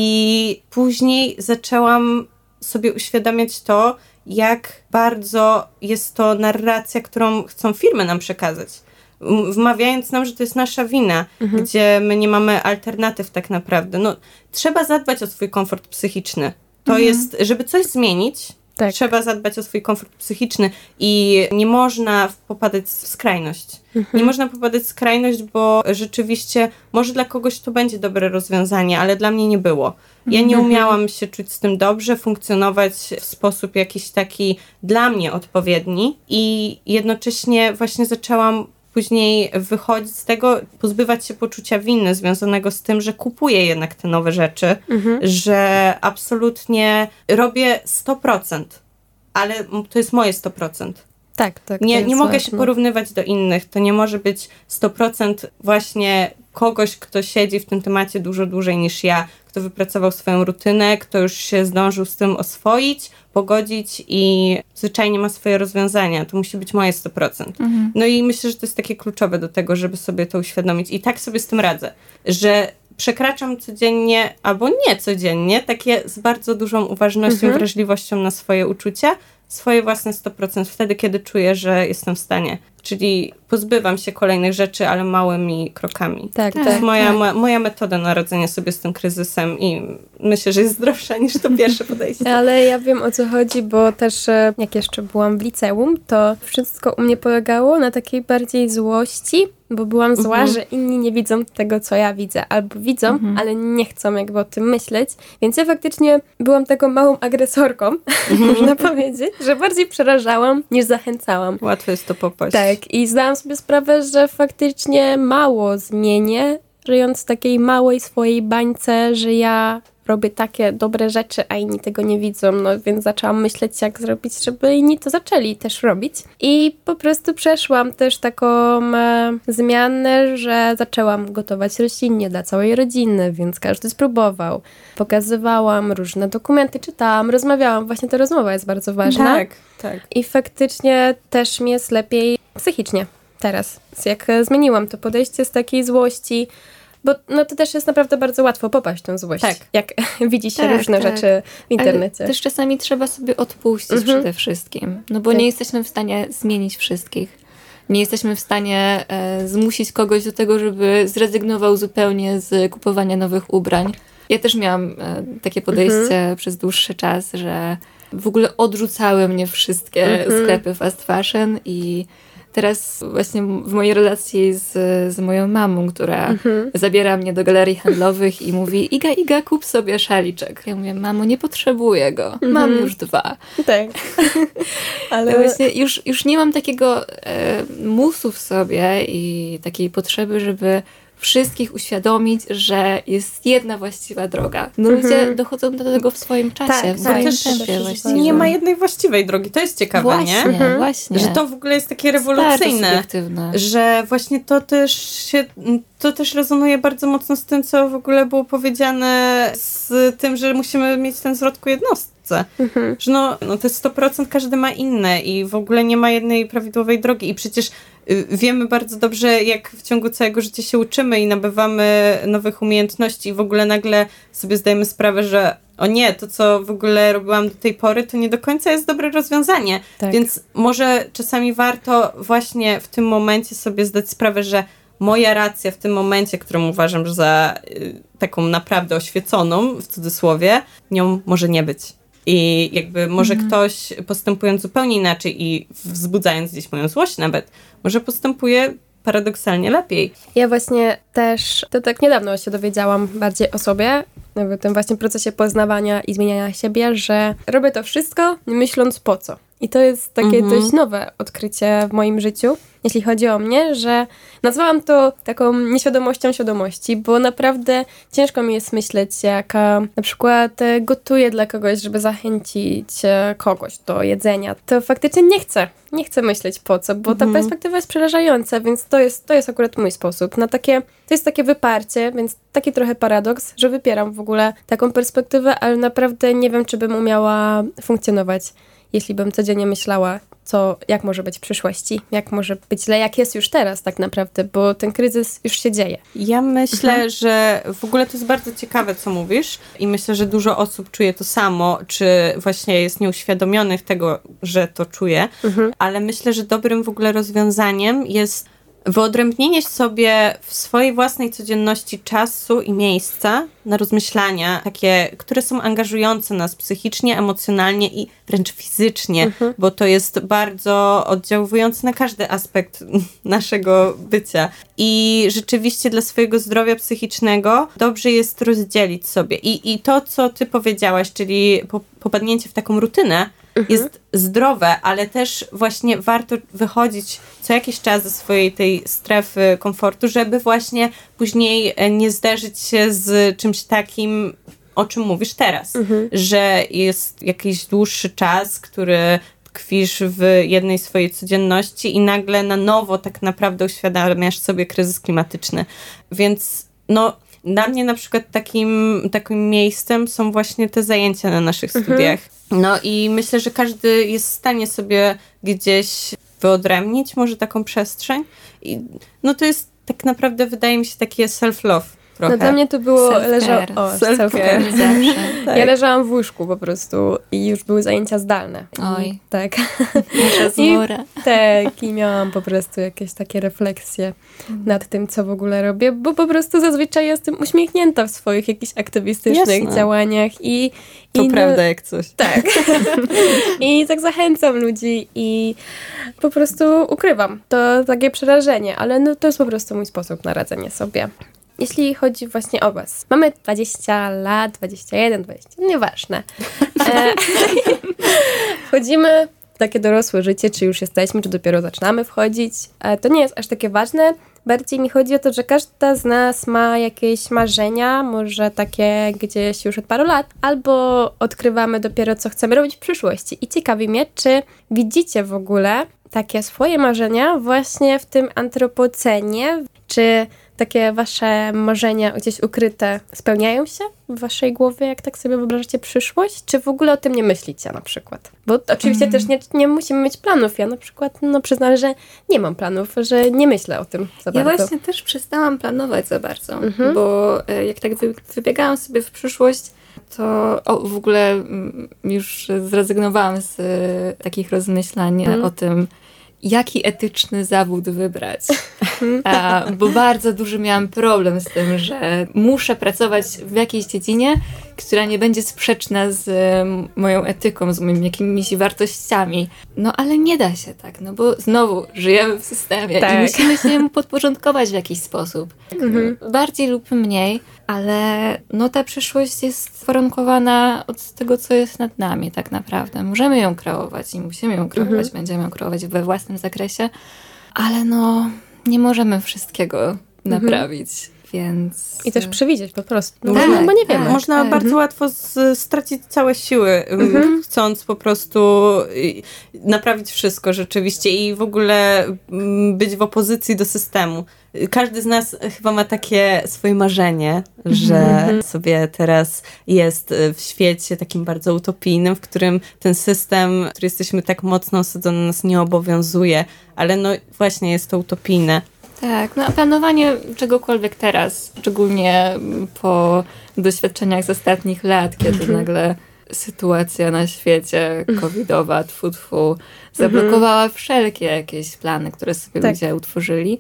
i później zaczęłam sobie uświadamiać to, jak bardzo jest to narracja, którą chcą firmy nam przekazać. Wmawiając nam, że to jest nasza wina, mhm. gdzie my nie mamy alternatyw tak naprawdę. No, trzeba zadbać o swój komfort psychiczny. To mhm. jest, żeby coś zmienić, tak. trzeba zadbać o swój komfort psychiczny i nie można popadać w skrajność. Mhm. Nie można popadać w skrajność, bo rzeczywiście może dla kogoś to będzie dobre rozwiązanie, ale dla mnie nie było. Ja nie umiałam się czuć z tym dobrze, funkcjonować w sposób jakiś taki dla mnie odpowiedni i jednocześnie właśnie zaczęłam później wychodzić z tego, pozbywać się poczucia winy związanego z tym, że kupuję jednak te nowe rzeczy, mhm. że absolutnie robię sto procent, ale to jest moje sto procent. Tak, tak. Nie, nie mogę się porównywać do innych. To nie może być sto procent właśnie kogoś, kto siedzi w tym temacie dużo dłużej niż ja, kto wypracował swoją rutynę, kto już się zdążył z tym oswoić, pogodzić i zwyczajnie ma swoje rozwiązania. To musi być moje sto procent. Mhm. No i myślę, że to jest takie kluczowe do tego, żeby sobie to uświadomić. I tak sobie z tym radzę, że przekraczam codziennie, albo nie codziennie, takie z bardzo dużą uważnością, mhm. wrażliwością na swoje uczucia, swoje własne sto procent wtedy, kiedy czuję, że jestem w stanie. Czyli pozbywam się kolejnych rzeczy, ale małymi krokami. Tak, to tak, jest moja, tak. moja, moja metoda na radzenie sobie z tym kryzysem i myślę, że jest zdrowsza niż to pierwsze podejście. Ale ja wiem, o co chodzi, bo też jak jeszcze byłam w liceum, to wszystko u mnie polegało na takiej bardziej złości, bo byłam zła, mhm. że inni nie widzą tego, co ja widzę. Albo widzą, mhm. ale nie chcą jakby o tym myśleć. Więc ja faktycznie byłam taką małą agresorką, mhm. można powiedzieć, że bardziej przerażałam niż zachęcałam. Łatwo jest to popaść. Tak, i zdałam sobie sprawę, że faktycznie mało zmienię, żyjąc w takiej małej swojej bańce, że ja robię takie dobre rzeczy, a inni tego nie widzą, no więc zaczęłam myśleć, jak zrobić, żeby inni to zaczęli też robić. I po prostu przeszłam też taką e, zmianę, że zaczęłam gotować roślinnie dla całej rodziny, więc każdy spróbował. Pokazywałam różne dokumenty, czytałam, rozmawiałam. Właśnie ta rozmowa jest bardzo ważna. Tak, tak. I faktycznie też mi jest lepiej psychicznie teraz. Jak zmieniłam to podejście z takiej złości, bo no to też jest naprawdę bardzo łatwo popaść w tą złość, tak. jak widzi się tak, różne tak. rzeczy w internecie. Ale też czasami trzeba sobie odpuścić mhm. przede wszystkim, no bo tak. nie jesteśmy w stanie zmienić wszystkich. Nie jesteśmy w stanie e, zmusić kogoś do tego, żeby zrezygnował zupełnie z kupowania nowych ubrań. Ja też miałam e, takie podejście mhm. przez dłuższy czas, że w ogóle odrzucały mnie wszystkie mhm. sklepy fast fashion i teraz właśnie w mojej relacji z, z moją mamą, która mhm. zabiera mnie do galerii handlowych i mówi: Iga, Iga, kup sobie szaliczek. Ja mówię: mamo, nie potrzebuję go. Mhm. Mam już dwa. Tak. Ale właśnie już, już nie mam takiego e, musu w sobie i takiej potrzeby, żeby wszystkich uświadomić, że jest jedna właściwa droga. No ludzie mhm. dochodzą do tego w swoim czasie, tak, w swoim też tempie właściwie. Nie ma jednej właściwej drogi. To jest ciekawe, właśnie, nie? Mhm. Właśnie. Że to w ogóle jest takie rewolucyjne. Że właśnie to też się, to też rezonuje bardzo mocno z tym, co w ogóle było powiedziane z tym, że musimy mieć ten zwrot ku jednostce. Mhm. Że no, no to jest sto procent, każdy ma inne i w ogóle nie ma jednej prawidłowej drogi. I przecież wiemy bardzo dobrze, jak w ciągu całego życia się uczymy i nabywamy nowych umiejętności i w ogóle nagle sobie zdajemy sprawę, że o nie, to co w ogóle robiłam do tej pory, to nie do końca jest dobre rozwiązanie. Tak. Więc może czasami warto właśnie w tym momencie sobie zdać sprawę, że moja racja w tym momencie, którą uważam za y, taką naprawdę oświeconą, w cudzysłowie, nią może nie być. I jakby może mhm. ktoś postępując zupełnie inaczej i wzbudzając gdzieś moją złość nawet, może postępuje paradoksalnie lepiej. Ja właśnie też, to tak niedawno się dowiedziałam bardziej o sobie, w tym właśnie procesie poznawania i zmieniania siebie, że robię to wszystko, nie myśląc po co. I to jest takie Mhm. dość nowe odkrycie w moim życiu, jeśli chodzi o mnie, że nazwałam to taką nieświadomością świadomości, bo naprawdę ciężko mi jest myśleć, jak e, na przykład e, gotuję dla kogoś, żeby zachęcić e, kogoś do jedzenia. To faktycznie nie chcę. Nie chcę myśleć po co, bo ta Mhm. perspektywa jest przerażająca, więc to jest, to jest akurat mój sposób. Na takie, to jest takie wyparcie, więc taki trochę paradoks, że wypieram w ogóle taką perspektywę, ale naprawdę nie wiem, czy bym umiała funkcjonować, jeśli bym codziennie myślała, co, jak może być w przyszłości, jak może być źle, jak jest już teraz tak naprawdę, bo ten kryzys już się dzieje. Ja myślę, Mhm. że w ogóle to jest bardzo ciekawe, co mówisz i myślę, że dużo osób czuje to samo, czy właśnie jest nieuświadomionych tego, że to czuje, Mhm. ale myślę, że dobrym w ogóle rozwiązaniem jest wyodrębnienie sobie w swojej własnej codzienności czasu i miejsca na rozmyślania, takie, które są angażujące nas psychicznie, emocjonalnie i wręcz fizycznie, Mhm. bo to jest bardzo oddziałujące na każdy aspekt naszego bycia. I rzeczywiście dla swojego zdrowia psychicznego dobrze jest rozdzielić sobie. I, i to, co ty powiedziałaś, czyli po, popadnięcie w taką rutynę, jest zdrowe, ale też właśnie warto wychodzić co jakiś czas ze swojej tej strefy komfortu, żeby właśnie później nie zderzyć się z czymś takim, o czym mówisz teraz, Mhm. że jest jakiś dłuższy czas, który tkwisz w jednej swojej codzienności i nagle na nowo tak naprawdę uświadamiasz sobie kryzys klimatyczny. Więc no, dla mnie na przykład takim, takim miejscem są właśnie te zajęcia na naszych Mhm. studiach. No i myślę, że każdy jest w stanie sobie gdzieś wyodrębnić może taką przestrzeń. I no to jest tak naprawdę, wydaje mi się, takie self-love trochę. No dla mnie to było, Self-care. leża... o, Self-care. self-care. Zawsze. Tak. Ja leżałam w łóżku po prostu i już były zajęcia zdalne. Oj. Tak. Nasza zmora. Tak, i miałam po prostu jakieś takie refleksje nad tym, co w ogóle robię, bo po prostu zazwyczaj jestem uśmiechnięta w swoich jakichś aktywistycznych Jasne. działaniach i... To i prawda jak coś. Tak. I tak zachęcam ludzi i po prostu ukrywam to takie przerażenie, ale no to jest po prostu mój sposób na radzenie sobie. Jeśli chodzi właśnie o was. Mamy dwadzieścia lat, dwadzieścia jeden, dwadzieścia, nieważne. E, wchodzimy w takie dorosłe życie, czy już jesteśmy, czy dopiero zaczynamy wchodzić. E, to nie jest aż takie ważne. Bardziej mi chodzi o to, że każda z nas ma jakieś marzenia, może takie gdzieś już od paru lat, albo odkrywamy dopiero, co chcemy robić w przyszłości. I ciekawi mnie, czy widzicie w ogóle takie swoje marzenia właśnie w tym antropocenie? Czy takie wasze marzenia gdzieś ukryte spełniają się w waszej głowie, jak tak sobie wyobrażacie przyszłość? Czy w ogóle o tym nie myślicie na przykład? Bo oczywiście Mm. też nie, nie musimy mieć planów. Ja na przykład no, przyznam, że nie mam planów, że nie myślę o tym za Ja bardzo. właśnie też przestałam planować za bardzo, Mhm. bo e, jak tak wy, wybiegałam sobie w przyszłość, to o, w ogóle mm, już zrezygnowałam z e, takich rozmyślań Mhm. o tym, jaki etyczny zawód wybrać. A, bo bardzo duży miałam problem z tym, że muszę pracować w jakiejś dziedzinie, która nie będzie sprzeczna z em, moją etyką, z moimi jakimiś wartościami. No ale nie da się tak, no bo znowu żyjemy w systemie Tak. i musimy się mu podporządkować w jakiś sposób. Mhm. Bardziej lub mniej, ale no ta przyszłość jest warunkowana od tego, co jest nad nami tak naprawdę. Możemy ją kreować i musimy ją kreować, Mhm. będziemy ją kreować we własnym zakresie, ale no nie możemy wszystkiego naprawić. Więc... I też przewidzieć po prostu. No, Tak, no bo nie wiemy. tak. Można tak. bardzo łatwo z, stracić całe siły, Mhm. chcąc po prostu y, naprawić wszystko rzeczywiście i w ogóle mm, być w opozycji do systemu. Każdy z nas chyba ma takie swoje marzenie, że Mhm. sobie teraz jest w świecie takim bardzo utopijnym, w którym ten system, w który jesteśmy tak mocno osadzony, nas nie obowiązuje, ale no właśnie jest to utopijne. Tak, no a planowanie czegokolwiek teraz, szczególnie po doświadczeniach z ostatnich lat, kiedy nagle sytuacja na świecie covidowa, tfu, tfu, zablokowała wszelkie jakieś plany, które sobie Tak. ludzie utworzyli.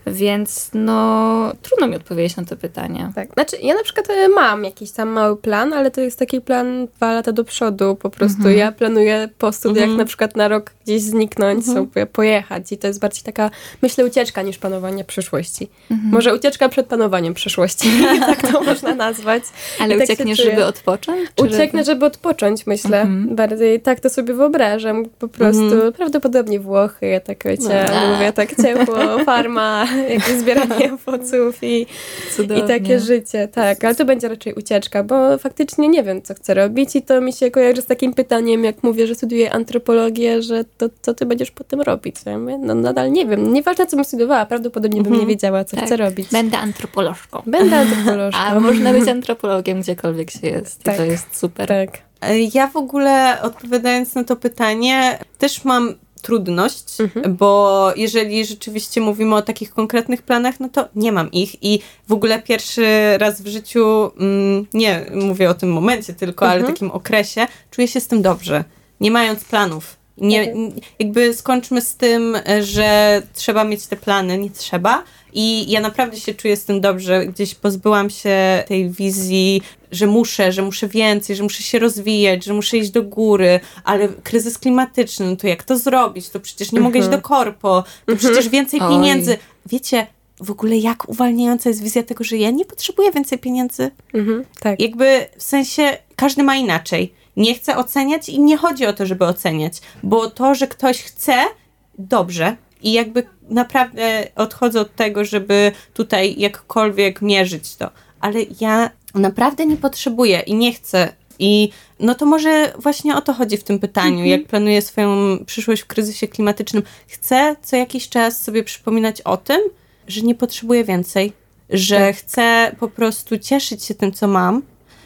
Więc no trudno mi odpowiedzieć na to pytanie. Tak, znaczy ja na przykład e, mam jakiś tam mały plan, ale to jest taki plan dwa lata do przodu po prostu. Mhm. Ja planuję po studiach Mhm. na przykład na rok gdzieś zniknąć, sobie pojechać i to jest bardziej taka, myślę, ucieczka niż planowanie przyszłości. Może ucieczka przed planowaniem przyszłości, tak to można nazwać. Ale I tak się uciekniesz, czuję. żeby odpocząć? Czy Ucieknę, żeby odpocząć, myślę. Mhm. Bardziej tak to sobie wyobrażam. Po prostu Mhm. prawdopodobnie Włochy, ja tak wiecie, No. lubię tak ciepło, farma, jakieś zbieranie owoców i, Cudownie. i takie życie. Tak, ale to będzie raczej ucieczka, bo faktycznie nie wiem, co chcę robić i to mi się kojarzy z takim pytaniem, jak mówię, że studiuję antropologię, że to co ty będziesz potem robić? Ja mówię, no nadal nie wiem. Nieważne, co bym studiowała, prawdopodobnie bym nie wiedziała, co Tak. chcę robić. Będę antropolożką. Będę antropolożką. A można być antropologiem gdziekolwiek się jest. Tak. I to jest super. Tak. Ja w ogóle, odpowiadając na to pytanie, też mam trudność, Mhm. bo jeżeli rzeczywiście mówimy o takich konkretnych planach, no to nie mam ich i w ogóle pierwszy raz w życiu, mm, nie mówię o tym momencie tylko, Mhm. ale takim okresie, czuję się z tym dobrze, nie mając planów. Nie, Mhm. n- jakby skończmy z tym, że trzeba mieć te plany, nie trzeba. I ja naprawdę się czuję z tym dobrze. Gdzieś pozbyłam się tej wizji, że muszę, że muszę więcej, że muszę się rozwijać, że muszę iść do góry, ale kryzys klimatyczny, no to jak to zrobić? To przecież nie mogę iść do korpo, to przecież więcej Oj. pieniędzy. Wiecie, w ogóle jak uwalniająca jest wizja tego, że ja nie potrzebuję więcej pieniędzy. Mhm. Tak. Jakby w sensie każdy ma inaczej. Nie chcę oceniać i nie chodzi o to, żeby oceniać, bo to, że ktoś chce, dobrze. I jakby naprawdę odchodzę od tego, żeby tutaj jakkolwiek mierzyć to. Ale ja naprawdę nie potrzebuję i nie chcę. I no to może właśnie o to chodzi w tym pytaniu. Jak planuję swoją przyszłość w kryzysie klimatycznym, chcę co jakiś czas sobie przypominać o tym, że nie potrzebuję więcej. Że Tak. chcę po prostu cieszyć się tym, co mam.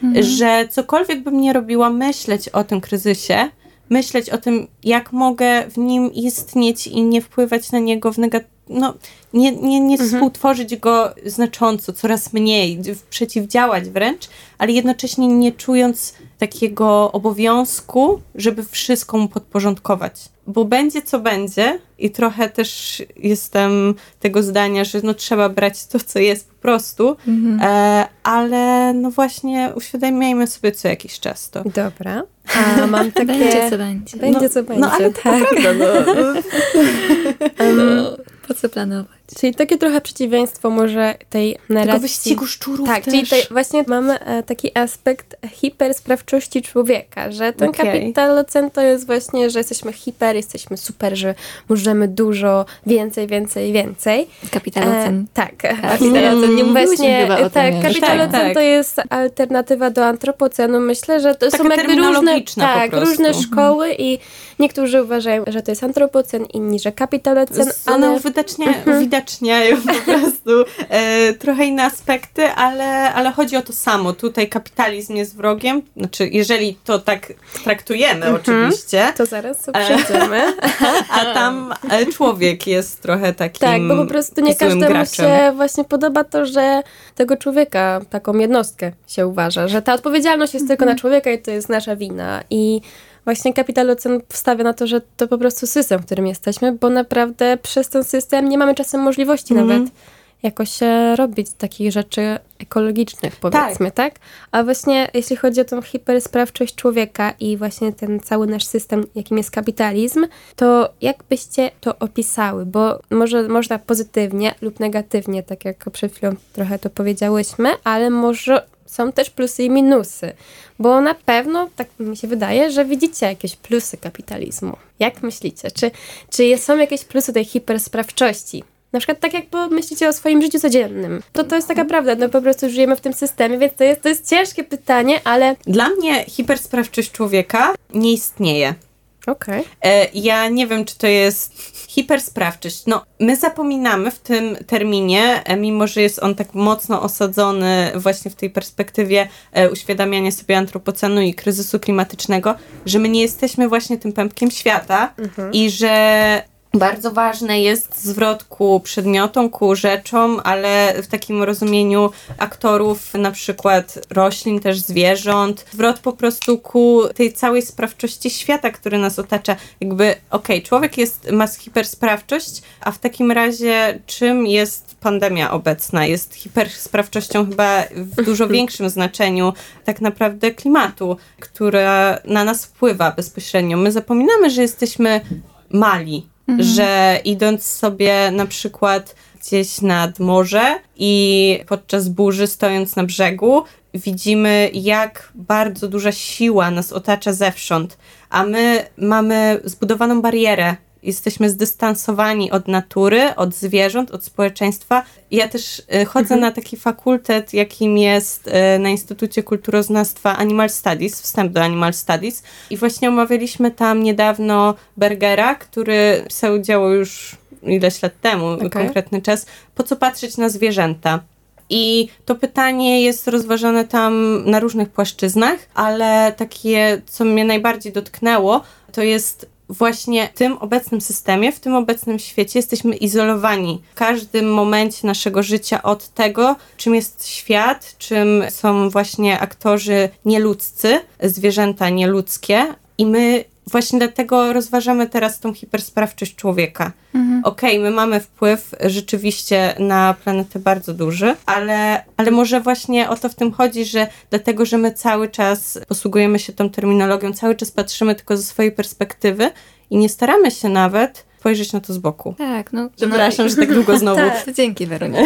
Że cokolwiek bym nie robiła, myśleć o tym kryzysie, myśleć o tym, jak mogę w nim istnieć i nie wpływać na niego w negat... no, nie, nie, nie współtworzyć go znacząco, coraz mniej, przeciwdziałać wręcz, ale jednocześnie nie czując takiego obowiązku, żeby wszystko mu podporządkować. Bo będzie co będzie i trochę też jestem tego zdania, że no trzeba brać to, co jest po prostu, e, ale no właśnie uświadamiajmy sobie co jakiś czas to. Dobra. A mam takie... Będzie co będzie. Będzie No, co będzie, no ale to tak. prawda, no. No, po co planować? Czyli takie trochę przeciwieństwo może tej narracji. Tego wyścigu szczurów Tak, też. czyli tutaj właśnie mamy e, taki aspekt hipersprawczości człowieka, że ten Okej. kapitalocen to jest właśnie, że jesteśmy hiper, jesteśmy super, że możemy dużo, więcej, więcej, więcej. Kapitalocen. E, tak. Kapitalocen. Nie mówiłyśmy Właśnie, chyba o tym tak, jeszcze. kapitalocen Tak, tak. to jest alternatywa do antropocenu. Myślę, że to Taka są jakby różne, terminologiczna po tak, prostu. różne szkoły i niektórzy uważają, że to jest antropocen, inni, że kapitalocen, One ale... uwidacznia, uwidaczniają po prostu e, trochę inne aspekty, ale, ale chodzi o to samo. Tutaj kapitalizm jest wrogiem, znaczy jeżeli to tak traktujemy oczywiście, To zaraz sobie przejdziemy. a tam e, człowiek jest trochę takim Tak, bo po prostu nie złym każdemu graczem. się właśnie podoba to, że tego człowieka, taką jednostkę się uważa, że ta odpowiedzialność jest tylko na człowieka i to jest nasza wina. I właśnie kapitalocen wstawia na to, że to po prostu system, w którym jesteśmy, bo naprawdę przez ten system nie mamy czasem możliwości Mhm. nawet jakoś e, robić takich rzeczy ekologicznych, powiedzmy, tak. A właśnie jeśli chodzi o tą hipersprawczość człowieka i właśnie ten cały nasz system, jakim jest kapitalizm, to jak byście to opisały? Bo może można pozytywnie lub negatywnie, tak jak przed chwilą trochę to powiedziałyśmy, ale może są też plusy i minusy. Bo na pewno, tak mi się wydaje, że widzicie jakieś plusy kapitalizmu. Jak myślicie? Czy, czy są jakieś plusy tej hipersprawczości? Na przykład tak jak pomyślicie o swoim życiu codziennym. To to jest taka prawda, no po prostu żyjemy w tym systemie, więc to jest, to jest ciężkie pytanie, ale... Dla mnie hipersprawczość człowieka nie istnieje. Okej. Okay. Ja nie wiem, czy to jest hipersprawczość. No, my zapominamy w tym terminie, mimo że jest on tak mocno osadzony właśnie w tej perspektywie uświadamiania sobie antropocenu i kryzysu klimatycznego, że my nie jesteśmy właśnie tym pępkiem świata mhm. i że bardzo ważne jest zwrot ku przedmiotom, ku rzeczom, ale w takim rozumieniu aktorów, na przykład roślin, też zwierząt. Zwrot po prostu ku tej całej sprawczości świata, który nas otacza. Jakby, okej, okay, człowiek jest, ma hipersprawczość, a w takim razie czym jest pandemia obecna? Jest hipersprawczością chyba w dużo większym znaczeniu tak naprawdę klimatu, która na nas wpływa bezpośrednio. My zapominamy, że jesteśmy mali. Mhm. Że idąc sobie na przykład gdzieś nad morze i podczas burzy stojąc na brzegu, widzimy, jak bardzo duża siła nas otacza zewsząd, a my mamy zbudowaną barierę. Jesteśmy zdystansowani od natury, od zwierząt, od społeczeństwa. Ja też chodzę mhm. na taki fakultet, jakim jest na Instytucie Kulturoznawstwa Animal Studies, wstęp do Animal Studies. I właśnie omawialiśmy tam niedawno Bergera, który pisał dzieło już ileś lat temu, okay. konkretny czas, Po co patrzeć na zwierzęta? I to pytanie jest rozważane tam na różnych płaszczyznach, ale takie, co mnie najbardziej dotknęło, to jest właśnie w tym obecnym systemie, w tym obecnym świecie jesteśmy izolowani w każdym momencie naszego życia od tego, czym jest świat, czym są właśnie aktorzy nieludzcy, zwierzęta nieludzkie i my właśnie dlatego rozważamy teraz tą hipersprawczość człowieka. Mhm. Okej, okay, my mamy wpływ rzeczywiście na planetę bardzo duży, ale, ale może właśnie o to w tym chodzi, że dlatego, że my cały czas posługujemy się tą terminologią, cały czas patrzymy tylko ze swojej perspektywy i nie staramy się nawet spojrzeć na to z boku. Tak, no. Przepraszam, no, że tak długo znowu. Tak, to dzięki, Weronika.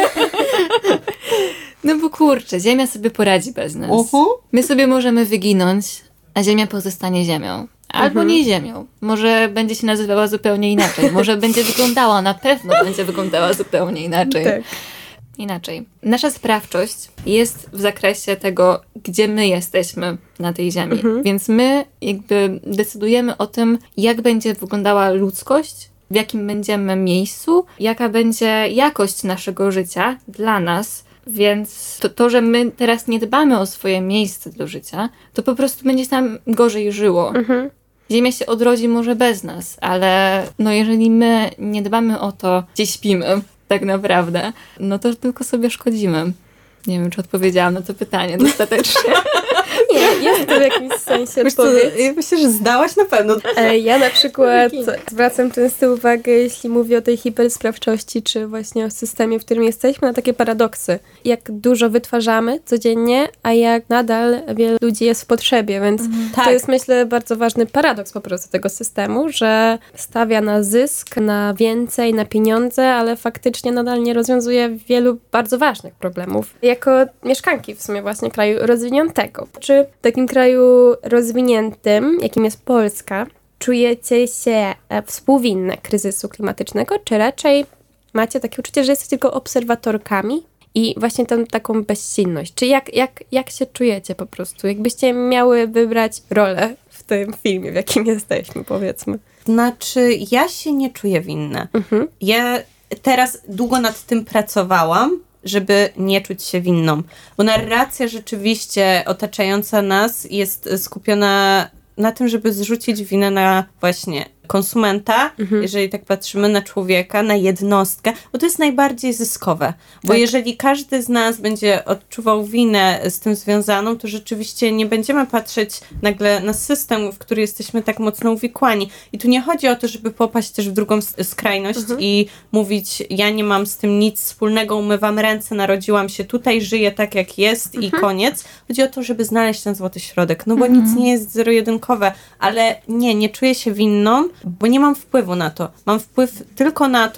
No bo kurczę, Ziemia sobie poradzi bez nas. Uh-huh. My sobie możemy wyginąć, a Ziemia pozostanie Ziemią. Albo mhm. nie Ziemią. Może będzie się nazywała zupełnie inaczej. Może będzie wyglądała, na pewno będzie wyglądała zupełnie inaczej. Tak. Inaczej. Nasza sprawczość jest w zakresie tego, gdzie my jesteśmy na tej ziemi. Mhm. Więc my jakby decydujemy o tym, jak będzie wyglądała ludzkość, w jakim będziemy miejscu, jaka będzie jakość naszego życia dla nas. Więc to, to, że my teraz nie dbamy o swoje miejsce do życia, to po prostu będzie nam gorzej żyło. Mhm. Ziemia się odrodzi może bez nas, ale no jeżeli my nie dbamy o to, gdzie śpimy tak naprawdę, no to tylko sobie szkodzimy. Nie wiem, czy odpowiedziałam na to pytanie dostatecznie. Nie, jest to w jakimś sensie odpowiedź. Ja myślę, że zdałaś na pewno. Ja na przykład zwracam często uwagę, jeśli mówię o tej hipersprawczości, czy właśnie o systemie, w którym jesteśmy, na takie paradoksy. Jak dużo wytwarzamy codziennie, a jak nadal wiele ludzi jest w potrzebie, więc mhm. to tak. jest, myślę, bardzo ważny paradoks po prostu tego systemu, że stawia na zysk, na więcej, na pieniądze, ale faktycznie nadal nie rozwiązuje wielu bardzo ważnych problemów. Jako mieszkanki w sumie właśnie kraju rozwiniętego. Czy w takim kraju rozwiniętym, jakim jest Polska, czujecie się współwinne kryzysu klimatycznego, czy raczej macie takie uczucie, że jesteście tylko obserwatorkami i właśnie tą taką bezsilność? Czy jak, jak, jak się czujecie po prostu? Jakbyście miały wybrać rolę w tym filmie, w jakim jesteśmy, powiedzmy. Znaczy, ja się nie czuję winna. Mhm. Ja teraz długo nad tym pracowałam, żeby nie czuć się winną. Bo narracja rzeczywiście otaczająca nas jest skupiona na tym, żeby zrzucić winę na właśnie konsumenta, mhm. jeżeli tak patrzymy na człowieka, na jednostkę, bo to jest najbardziej zyskowe. Bo tak. jeżeli każdy z nas będzie odczuwał winę z tym związaną, to rzeczywiście nie będziemy patrzeć nagle na system, w który jesteśmy tak mocno uwikłani. I tu nie chodzi o to, żeby popaść też w drugą skrajność mhm. i mówić, ja nie mam z tym nic wspólnego, umywam ręce, narodziłam się tutaj, żyję tak jak jest mhm. i koniec. Chodzi o to, żeby znaleźć ten złoty środek, no bo mhm. nic nie jest zero-jedynkowe, ale nie, nie czuję się winną, bo nie mam wpływu na to. Mam wpływ tylko na to,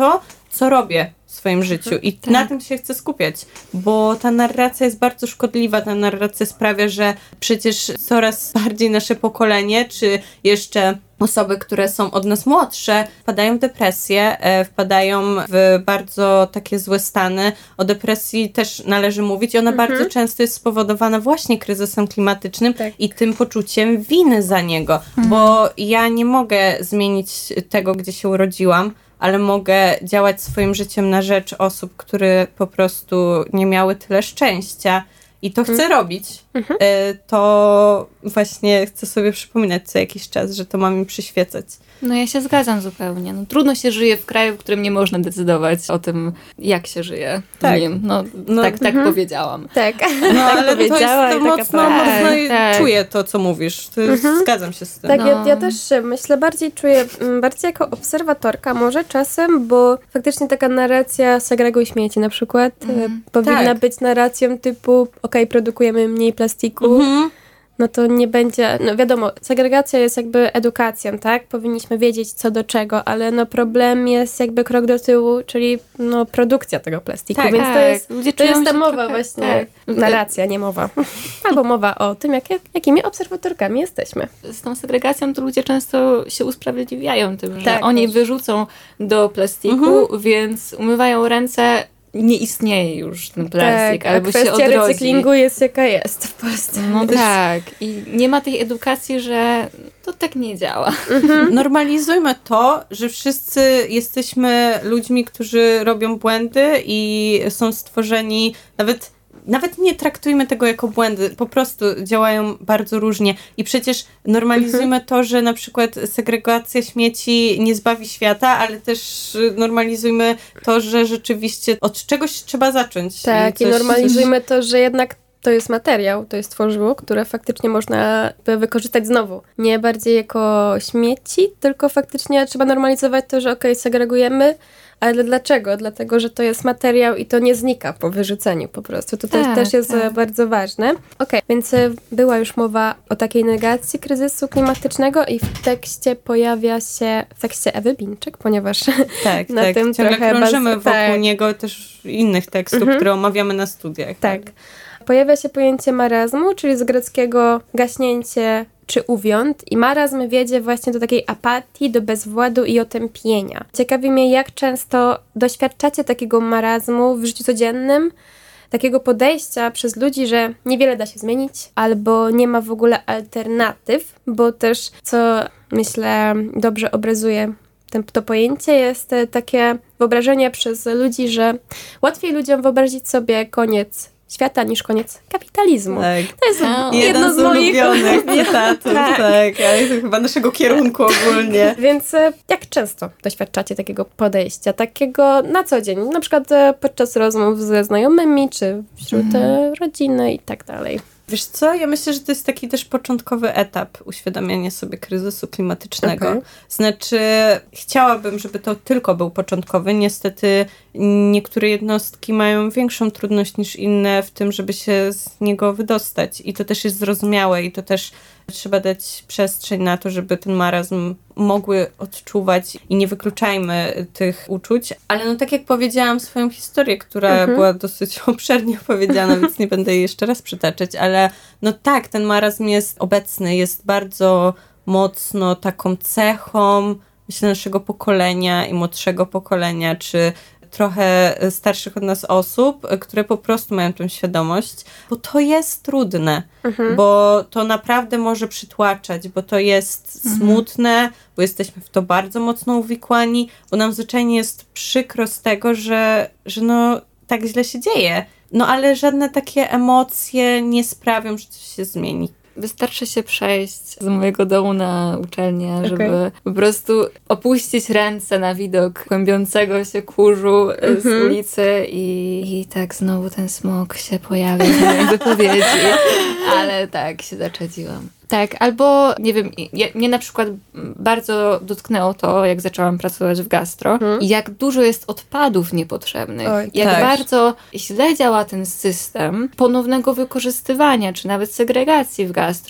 co robię w swoim życiu i tak. na tym się chcę skupiać, bo ta narracja jest bardzo szkodliwa. Ta narracja sprawia, że przecież coraz bardziej nasze pokolenie, czy jeszcze osoby, które są od nas młodsze, wpadają w depresję, e, wpadają w bardzo takie złe stany. O depresji też należy mówić i ona Mhm. bardzo często jest spowodowana właśnie kryzysem klimatycznym Tak. i tym poczuciem winy za niego, bo ja nie mogę zmienić tego, gdzie się urodziłam, ale mogę działać swoim życiem na rzecz osób, które po prostu nie miały tyle szczęścia i to chcę robić. Mhm. E, to właśnie chcę sobie przypominać co jakiś czas, że to ma mi przyświecać. No ja się zgadzam zupełnie. No, trudno się żyje w kraju, w którym nie można decydować o tym, jak się żyje Tak. w nim. No, No, tak, tak mhm. powiedziałam. Tak, No tak ale to jest powiedziała to i taka mocno, prawda. mocno i Tak. czuję to, co mówisz. To jest, Mhm. Zgadzam się z tym. Tak, No. ja, ja też myślę, bardziej czuję, mm, bardziej jako obserwatorka może czasem, bo faktycznie taka narracja segreguj śmieci na przykład Mhm. e, powinna Tak. być narracją typu okej, produkujemy mniej plastiku, Mhm. no to nie będzie, no wiadomo, segregacja jest jakby edukacją, tak? Powinniśmy wiedzieć co do czego, ale no problem jest jakby krok do tyłu, czyli no produkcja tego plastiku, Tak, więc to tak. jest, Ludzie to czują jest ta się mowa trochę- właśnie, tak. narracja, nie mowa. Albo mowa o tym, jak, jakimi obserwatorkami jesteśmy. Z tą segregacją to ludzie często się usprawiedliwiają tym, że Tak, oni też. wyrzucą do plastiku, więc umywają ręce, nie istnieje już ten plastik, tak, a albo się kwestia odrodzi. recyklingu jest jaka jest w Polsce. No tak. I nie ma tej edukacji, że to tak nie działa. Normalizujmy to, że wszyscy jesteśmy ludźmi, którzy robią błędy i są stworzeni, nawet, nawet nie traktujmy tego jako błędy, po prostu działają bardzo różnie. I przecież normalizujmy to, że na przykład segregacja śmieci nie zbawi świata, ale też normalizujmy to, że rzeczywiście od czegoś trzeba zacząć. Tak, i coś- normalizujmy to, że jednak to jest materiał, to jest tworzywo, które faktycznie można by wykorzystać znowu. Nie bardziej jako śmieci, tylko faktycznie trzeba normalizować to, że okej, segregujemy, ale dlaczego? Dlatego, że to jest materiał i to nie znika po wyrzuceniu po prostu. To też, Tak, też jest tak. e, bardzo ważne. Okej, więc e, była już mowa o takiej negacji kryzysu klimatycznego i w tekście pojawia się, w tekście Ewy Binczek, ponieważ Tak, na tak. tym Ciągle trochę krążymy baz- wokół tak. niego też innych tekstów, Mhm. które omawiamy na studiach. Tak. Pojawia się pojęcie marazmu, czyli z greckiego gaśnięcie czy uwiąd i marazm wiedzie właśnie do takiej apatii, do bezwładu i otępienia. Ciekawi mnie, jak często doświadczacie takiego marazmu w życiu codziennym, takiego podejścia przez ludzi, że niewiele da się zmienić albo nie ma w ogóle alternatyw, bo też, co myślę dobrze obrazuje ten, to pojęcie, jest e, takie wyobrażenie przez ludzi, że łatwiej ludziom wyobrazić sobie koniec świata niż koniec kapitalizmu. Tak. To jest No. jedno Jeden z z moich ulubionych cytatów, Tak. tak, ale to chyba naszego kierunku ogólnie. Więc e, jak często doświadczacie takiego podejścia, takiego na co dzień, na przykład e, podczas rozmów ze znajomymi, czy wśród e, rodziny i tak dalej. Wiesz co, ja myślę, że to jest taki też początkowy etap uświadamiania sobie kryzysu klimatycznego. Okej. Znaczy, chciałabym, żeby to tylko był początkowy. Niestety niektóre jednostki mają większą trudność niż inne w tym, żeby się z niego wydostać. I to też jest zrozumiałe i to też trzeba dać przestrzeń na to, żeby ten marazm mogły odczuwać i nie wykluczajmy tych uczuć. Ale no tak jak powiedziałam swoją historię, która Mhm. była dosyć obszernie opowiedziana, więc nie będę jej jeszcze raz przytaczać, ale no tak, ten marazm jest obecny, jest bardzo mocno taką cechą, myślę, naszego pokolenia i młodszego pokolenia, czy trochę starszych od nas osób, które po prostu mają tę świadomość, bo to jest trudne, Mhm. bo to naprawdę może przytłaczać, bo to jest smutne, bo jesteśmy w to bardzo mocno uwikłani, bo nam zwyczajnie jest przykro z tego, że, że no tak źle się dzieje. No ale żadne takie emocje nie sprawią, że coś się zmieni. Wystarczy się przejść z mojego domu na uczelnię, Okej. żeby po prostu opuścić ręce na widok kłębiącego się kurzu e, z Mhm. ulicy i, i tak znowu ten smog się pojawia w mojej wypowiedzi. Ale tak, się zaczedziłam. Tak, albo nie wiem, ja, mnie na przykład bardzo dotknęło to, jak zaczęłam pracować w gastro Mhm. i jak dużo jest odpadów niepotrzebnych. Oj, jak tak. bardzo źle działa ten system ponownego wykorzystywania, czy nawet segregacji w gastro,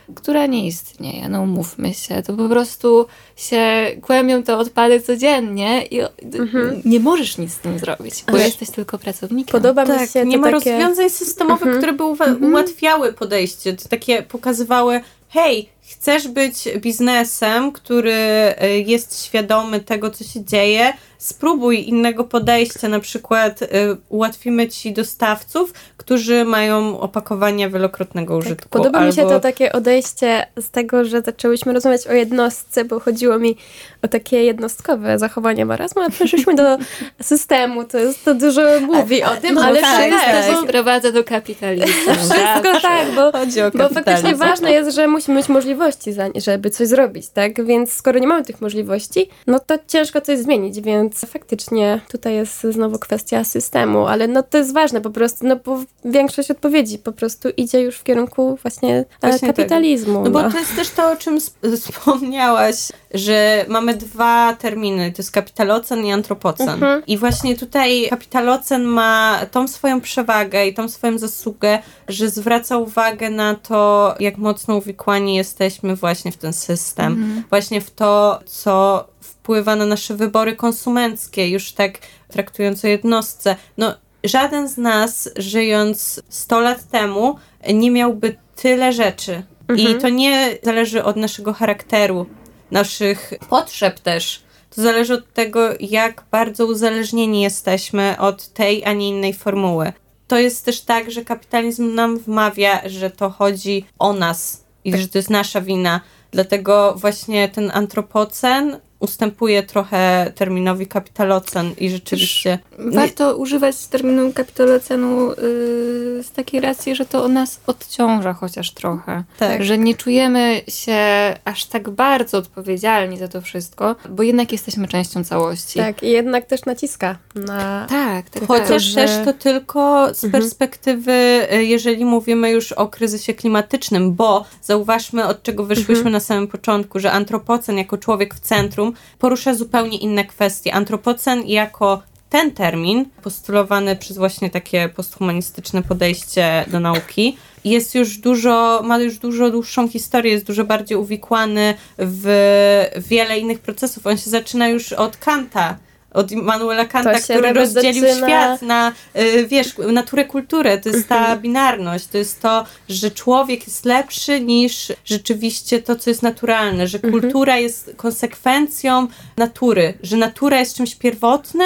która nie istnieje, no umówmy się. To po prostu się kłębią te odpady codziennie i mhm. nie możesz nic z tym zrobić, bo Ale jesteś tylko pracownikiem. Podoba tak, mi się nie ma takie... rozwiązań systemowych, mhm. które by uwa- mhm. ułatwiały podejście. To takie pokazywały, hej, chcesz być biznesem, który jest świadomy tego, co się dzieje, spróbuj innego podejścia, na przykład y, ułatwimy ci dostawców, którzy mają opakowania wielokrotnego użytku. Tak, podoba albo... mi się to takie odejście z tego, że zaczęłyśmy rozmawiać o jednostce, bo chodziło mi o takie jednostkowe zachowanie marazmu, a przeszliśmy do systemu, to jest to dużo mówi o tym, no, ale tak, wszystko tak. To sprowadza do kapitalizmu. Wszystko tak, bo, bo faktycznie ważne jest, że musimy mieć możliwości, żeby coś zrobić, tak? Więc skoro nie mamy tych możliwości, no to ciężko coś zmienić, więc faktycznie tutaj jest znowu kwestia systemu, ale no to jest ważne po prostu, no bo większość odpowiedzi po prostu idzie już w kierunku właśnie, właśnie kapitalizmu. Tak. No, no bo to jest też to, o czym sp- wspomniałaś, że mamy dwa terminy, to jest kapitalocen i antropocen. Mhm. I właśnie tutaj kapitalocen ma tą swoją przewagę i tą swoją zasługę, że zwraca uwagę na to, jak mocno uwikłani jesteśmy właśnie w ten system. Mhm. Właśnie w to, co wpływa na nasze wybory konsumenckie, już tak traktując o jednostce. No, żaden z nas, żyjąc sto lat temu, nie miałby tyle rzeczy. Mhm. I to nie zależy od naszego charakteru, naszych potrzeb też. To zależy od tego, jak bardzo uzależnieni jesteśmy od tej, a nie innej formuły. To jest też tak, że kapitalizm nam wmawia, że to chodzi o nas i że to jest nasza wina. Dlatego właśnie ten antropocen ustępuje trochę terminowi kapitalocen i rzeczywiście... Warto nie... używać terminu kapitalocenu yy, z takiej racji, że to o nas odciąża chociaż trochę. Tak. Że nie czujemy się aż tak bardzo odpowiedzialni za to wszystko, bo jednak jesteśmy częścią całości. Tak, i jednak też naciska na... Tak, tak. Chociaż tak, że... też to tylko z mhm. perspektywy, jeżeli mówimy już o kryzysie klimatycznym, bo zauważmy, od czego wyszłyśmy mhm. na samym początku, że antropocen jako człowiek w centrum porusza zupełnie inne kwestie. Antropocen jako ten termin, postulowany przez właśnie takie posthumanistyczne podejście do nauki, jest już dużo, ma już dużo dłuższą historię, jest dużo bardziej uwikłany w wiele innych procesów. On się zaczyna już od Kanta, od Immanuela Kanta, który rozdzielił zaczyna... świat na, y, wiesz, naturę, kulturę. To jest ta binarność. To jest to, że człowiek jest lepszy niż rzeczywiście to, co jest naturalne. Że kultura jest konsekwencją natury. Że natura jest czymś pierwotnym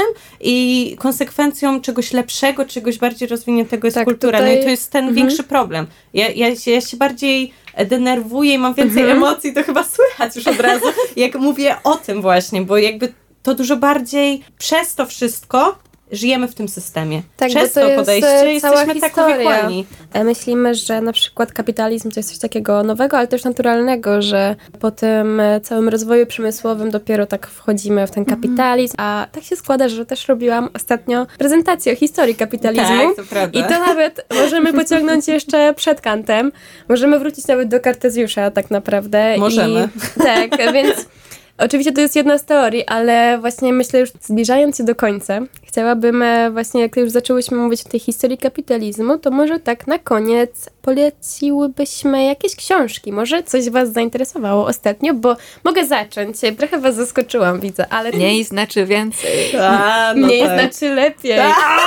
i konsekwencją czegoś lepszego, czegoś bardziej rozwiniętego jest tak, kultura. Tutaj... No i to jest ten mhm. większy problem. Ja, ja, się, ja się bardziej denerwuję i mam więcej mhm. emocji. To chyba słychać już od razu, jak mówię o tym właśnie, bo jakby to dużo bardziej przez to wszystko żyjemy w tym systemie. Tak, przez to, to podejście jesteśmy historia. Tak uwikłani. Myślimy, że na przykład kapitalizm to jest coś takiego nowego, ale też naturalnego, że po tym całym rozwoju przemysłowym dopiero tak wchodzimy w ten kapitalizm, mm-hmm. a tak się składa, że też robiłam ostatnio prezentację o historii kapitalizmu. Tak, to prawda. I to nawet możemy pociągnąć jeszcze przed Kantem. Możemy wrócić nawet do Kartezjusza tak naprawdę. Możemy. I, tak, więc oczywiście to jest jedna z teorii, ale właśnie myślę, już zbliżając się do końca, chciałabym właśnie, jak już zaczęłyśmy mówić o tej historii kapitalizmu, to może tak na koniec poleciłybyśmy jakieś książki. Może coś was zainteresowało ostatnio, bo mogę zacząć. Trochę was zaskoczyłam, widzę, ale... Mniej znaczy więcej. A, no Mniej tak. znaczy lepiej.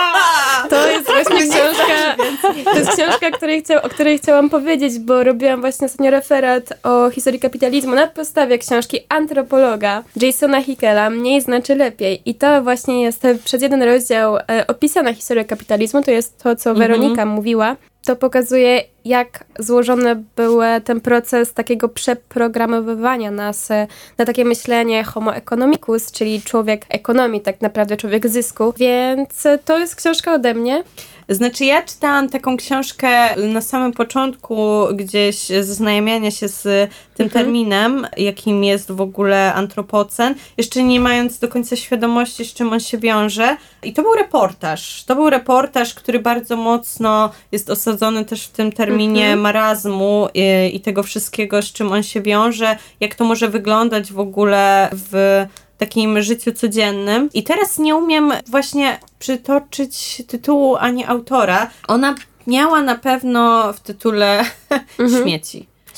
A, to jest właśnie książka, to jest książka, której chcia, o której chciałam powiedzieć, bo robiłam właśnie ostatnio referat o historii kapitalizmu na podstawie książki Antropologa Jasona Hickela, Mniej znaczy lepiej. I to właśnie jest przez jeden rozdział e, opisana historia kapitalizmu, to jest to, co Weronika mm-hmm. mówiła. To pokazuje, jak złożony był ten proces takiego przeprogramowywania nas na takie myślenie homo economicus, czyli człowiek ekonomii, tak naprawdę człowiek zysku. Więc to jest książka ode mnie. Znaczy ja czytałam taką książkę na samym początku gdzieś zaznajamiania się z tym mhm. terminem, jakim jest w ogóle antropocen, jeszcze nie mając do końca świadomości, z czym on się wiąże. I to był reportaż. To był reportaż, który bardzo mocno jest osadzony też w tym terminie mhm. marazmu i, i tego wszystkiego, z czym on się wiąże, jak to może wyglądać w ogóle w takim życiu codziennym. I teraz nie umiem właśnie przytoczyć tytułu ani autora. Ona miała na pewno w tytule mhm. śmieci.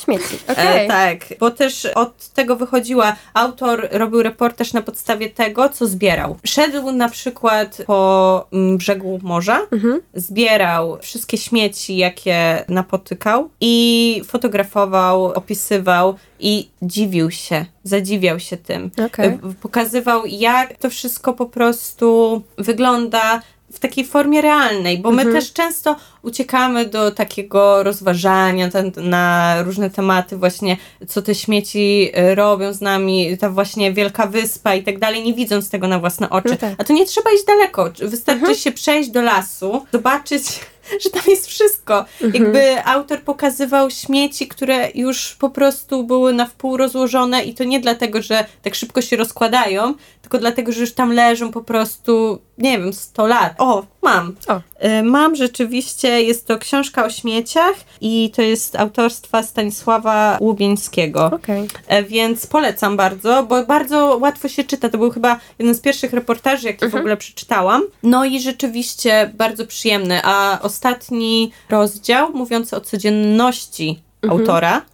Śmieci, E, okej. tak, bo też od tego wychodziła, autor robił reportaż na podstawie tego, co zbierał. Szedł na przykład po mm, brzegu morza, Mhm. zbierał wszystkie śmieci, jakie napotykał i fotografował, opisywał i dziwił się, zadziwiał się tym. Okej. E, Pokazywał, jak to wszystko po prostu wygląda w takiej formie realnej, bo my Mhm. też często uciekamy do takiego rozważania ten, na różne tematy właśnie, co te śmieci y, robią z nami, ta właśnie wielka wyspa i tak dalej, nie widząc tego na własne oczy. No tak. A to nie trzeba iść daleko. Wystarczy się przejść do lasu, zobaczyć, że tam jest wszystko. Jakby autor pokazywał śmieci, które już po prostu były na wpół rozłożone i to nie dlatego, że tak szybko się rozkładają, tylko dlatego, że już tam leżą po prostu, nie wiem, sto lat. O, mam. O. Y, Mam rzeczywiście, jest to książka o śmieciach i to jest autorstwa Stanisława Łubieńskiego. Okej. E, Więc polecam bardzo, bo bardzo łatwo się czyta. To był chyba jeden z pierwszych reportaży, jaki w ogóle przeczytałam. No i rzeczywiście bardzo przyjemny. A ostatni rozdział, mówiący o codzienności autora,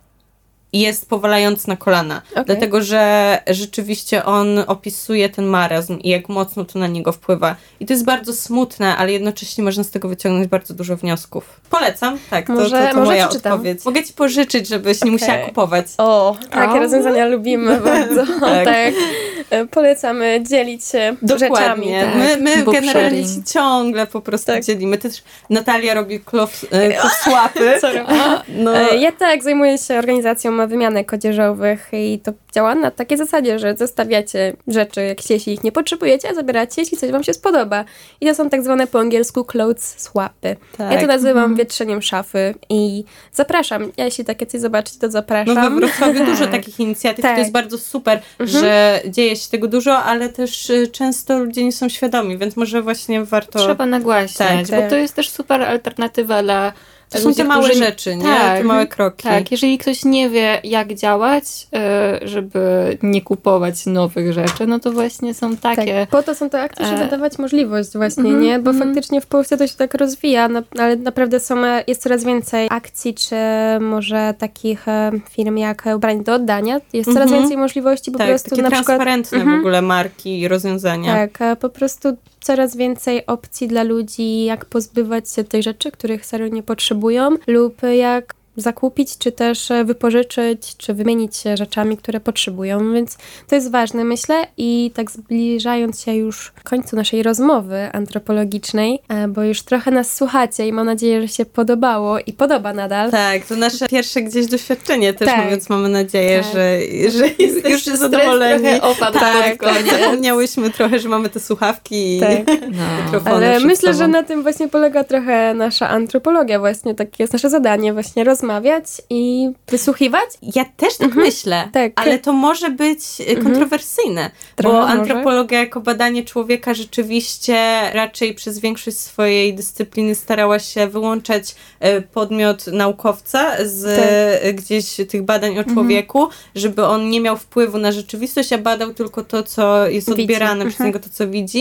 jest powalający na kolana. Okej. Dlatego, że rzeczywiście on opisuje ten marazm i jak mocno to na niego wpływa. I to jest bardzo smutne, ale jednocześnie można z tego wyciągnąć bardzo dużo wniosków. Polecam, tak, to, Może- to, to może moja przeczytam. odpowiedź. Mogę ci pożyczyć, żebyś nie musiała Okej. kupować. O, takie O. rozwiązania lubimy bardzo. Tak. tak. E, Polecamy dzielić się rzeczami. Dokładnie. tak. My, my Book generalnie sharing. się ciągle po prostu Tak. dzielimy. Też Natalia robi klof, e, klofsłapy. Co robię? No, E, Ja tak, zajmuję się organizacją wymianek odzieżowych i to działa na takiej zasadzie, że zostawiacie rzeczy, jak jeśli ich nie potrzebujecie, a zabieracie, jeśli coś wam się spodoba. I to są tak zwane po angielsku clothes swapy. tak. Ja to nazywam wietrzeniem szafy i zapraszam. Ja jeśli takie coś zobaczycie, to zapraszam. No we Wrocławiu dużo Tak. takich inicjatyw, Tak. to jest bardzo super, Mhm. że dzieje się tego dużo, ale też y, często ludzie nie są świadomi, więc może właśnie warto... Trzeba nagłaśniać, Tak, bo tak. to jest też super alternatywa dla To są ludzi, te małe którzy- rzeczy, nie? Tak. Te małe kroki. Tak, jeżeli ktoś nie wie, jak działać, y, żeby nie kupować nowych rzeczy, no to właśnie są takie... Tak, po to są te akcje, żeby E, dawać możliwość właśnie, mhm, nie? Bo mhm. faktycznie w Polsce to się tak rozwija, no, ale naprawdę są, e, jest coraz więcej akcji, czy może takich e, firm jak Ubranie do oddania. Jest coraz Mhm. więcej możliwości po Tak, prostu takie na przykład... transparentne Mhm. w ogóle marki i rozwiązania. Tak, e, po prostu coraz więcej opcji dla ludzi, jak pozbywać się tych rzeczy, których serio nie potrzebują, lub jak zakupić, czy też e, wypożyczyć, czy wymienić się rzeczami, które potrzebują, więc to jest ważne, myślę. I tak zbliżając się już k końcu naszej rozmowy antropologicznej, e, bo już trochę nas słuchacie i mam nadzieję, że się podobało i podoba nadal. Tak, to nasze pierwsze gdzieś doświadczenie też, Tak. no więc mamy nadzieję, Tak. że, że jesteście Już stres zadowoleni. trochę opadł Tak, pod koniec. zapomniałyśmy trochę, że mamy te słuchawki i Tak. No. mikrofony Ale przed myślę, sobą. że na tym właśnie polega trochę nasza antropologia właśnie, takie jest nasze zadanie, właśnie rozmawiać i wysłuchiwać. Ja też tak myślę, Tak. ale to może być e, kontrowersyjne, Trochę bo może. antropologia jako badanie człowieka rzeczywiście raczej przez większość swojej dyscypliny starała się wyłączać e, podmiot naukowca z Tak. e, gdzieś tych badań o człowieku, żeby on nie miał wpływu na rzeczywistość, a badał tylko to, co jest Widzi. odbierane przez niego, to co widzi.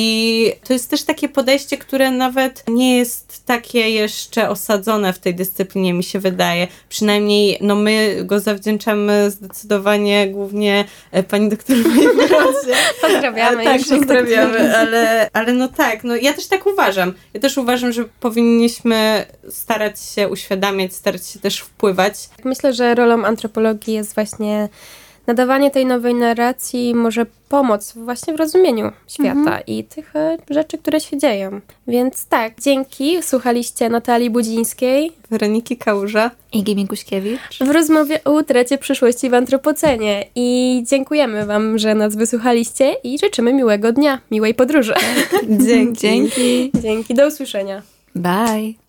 I to jest też takie podejście, które nawet nie jest takie jeszcze osadzone w tej dyscyplinie, mi się wydaje. Przynajmniej no my go zawdzięczamy zdecydowanie głównie e, pani doktor Wojwodzie. Pozdrawiamy. Tak, jeszcze. pozdrawiamy, ale, ale no tak, no ja też tak uważam. Ja też uważam, że powinniśmy starać się uświadamiać, starać się też wpływać. Myślę, że rolą antropologii jest właśnie nadawanie tej nowej narracji, może pomóc właśnie w rozumieniu świata i tych e, rzeczy, które się dzieją. Więc tak, dzięki. Słuchaliście Natalii Budzińskiej Weroniki Kałuża. Igi Mikuśkiewicz. w rozmowie o utracie przyszłości w antropocenie. I dziękujemy wam, że nas wysłuchaliście i życzymy miłego dnia, miłej podróży. Dzięki. Dzięki. Dzięki, do usłyszenia. Bye.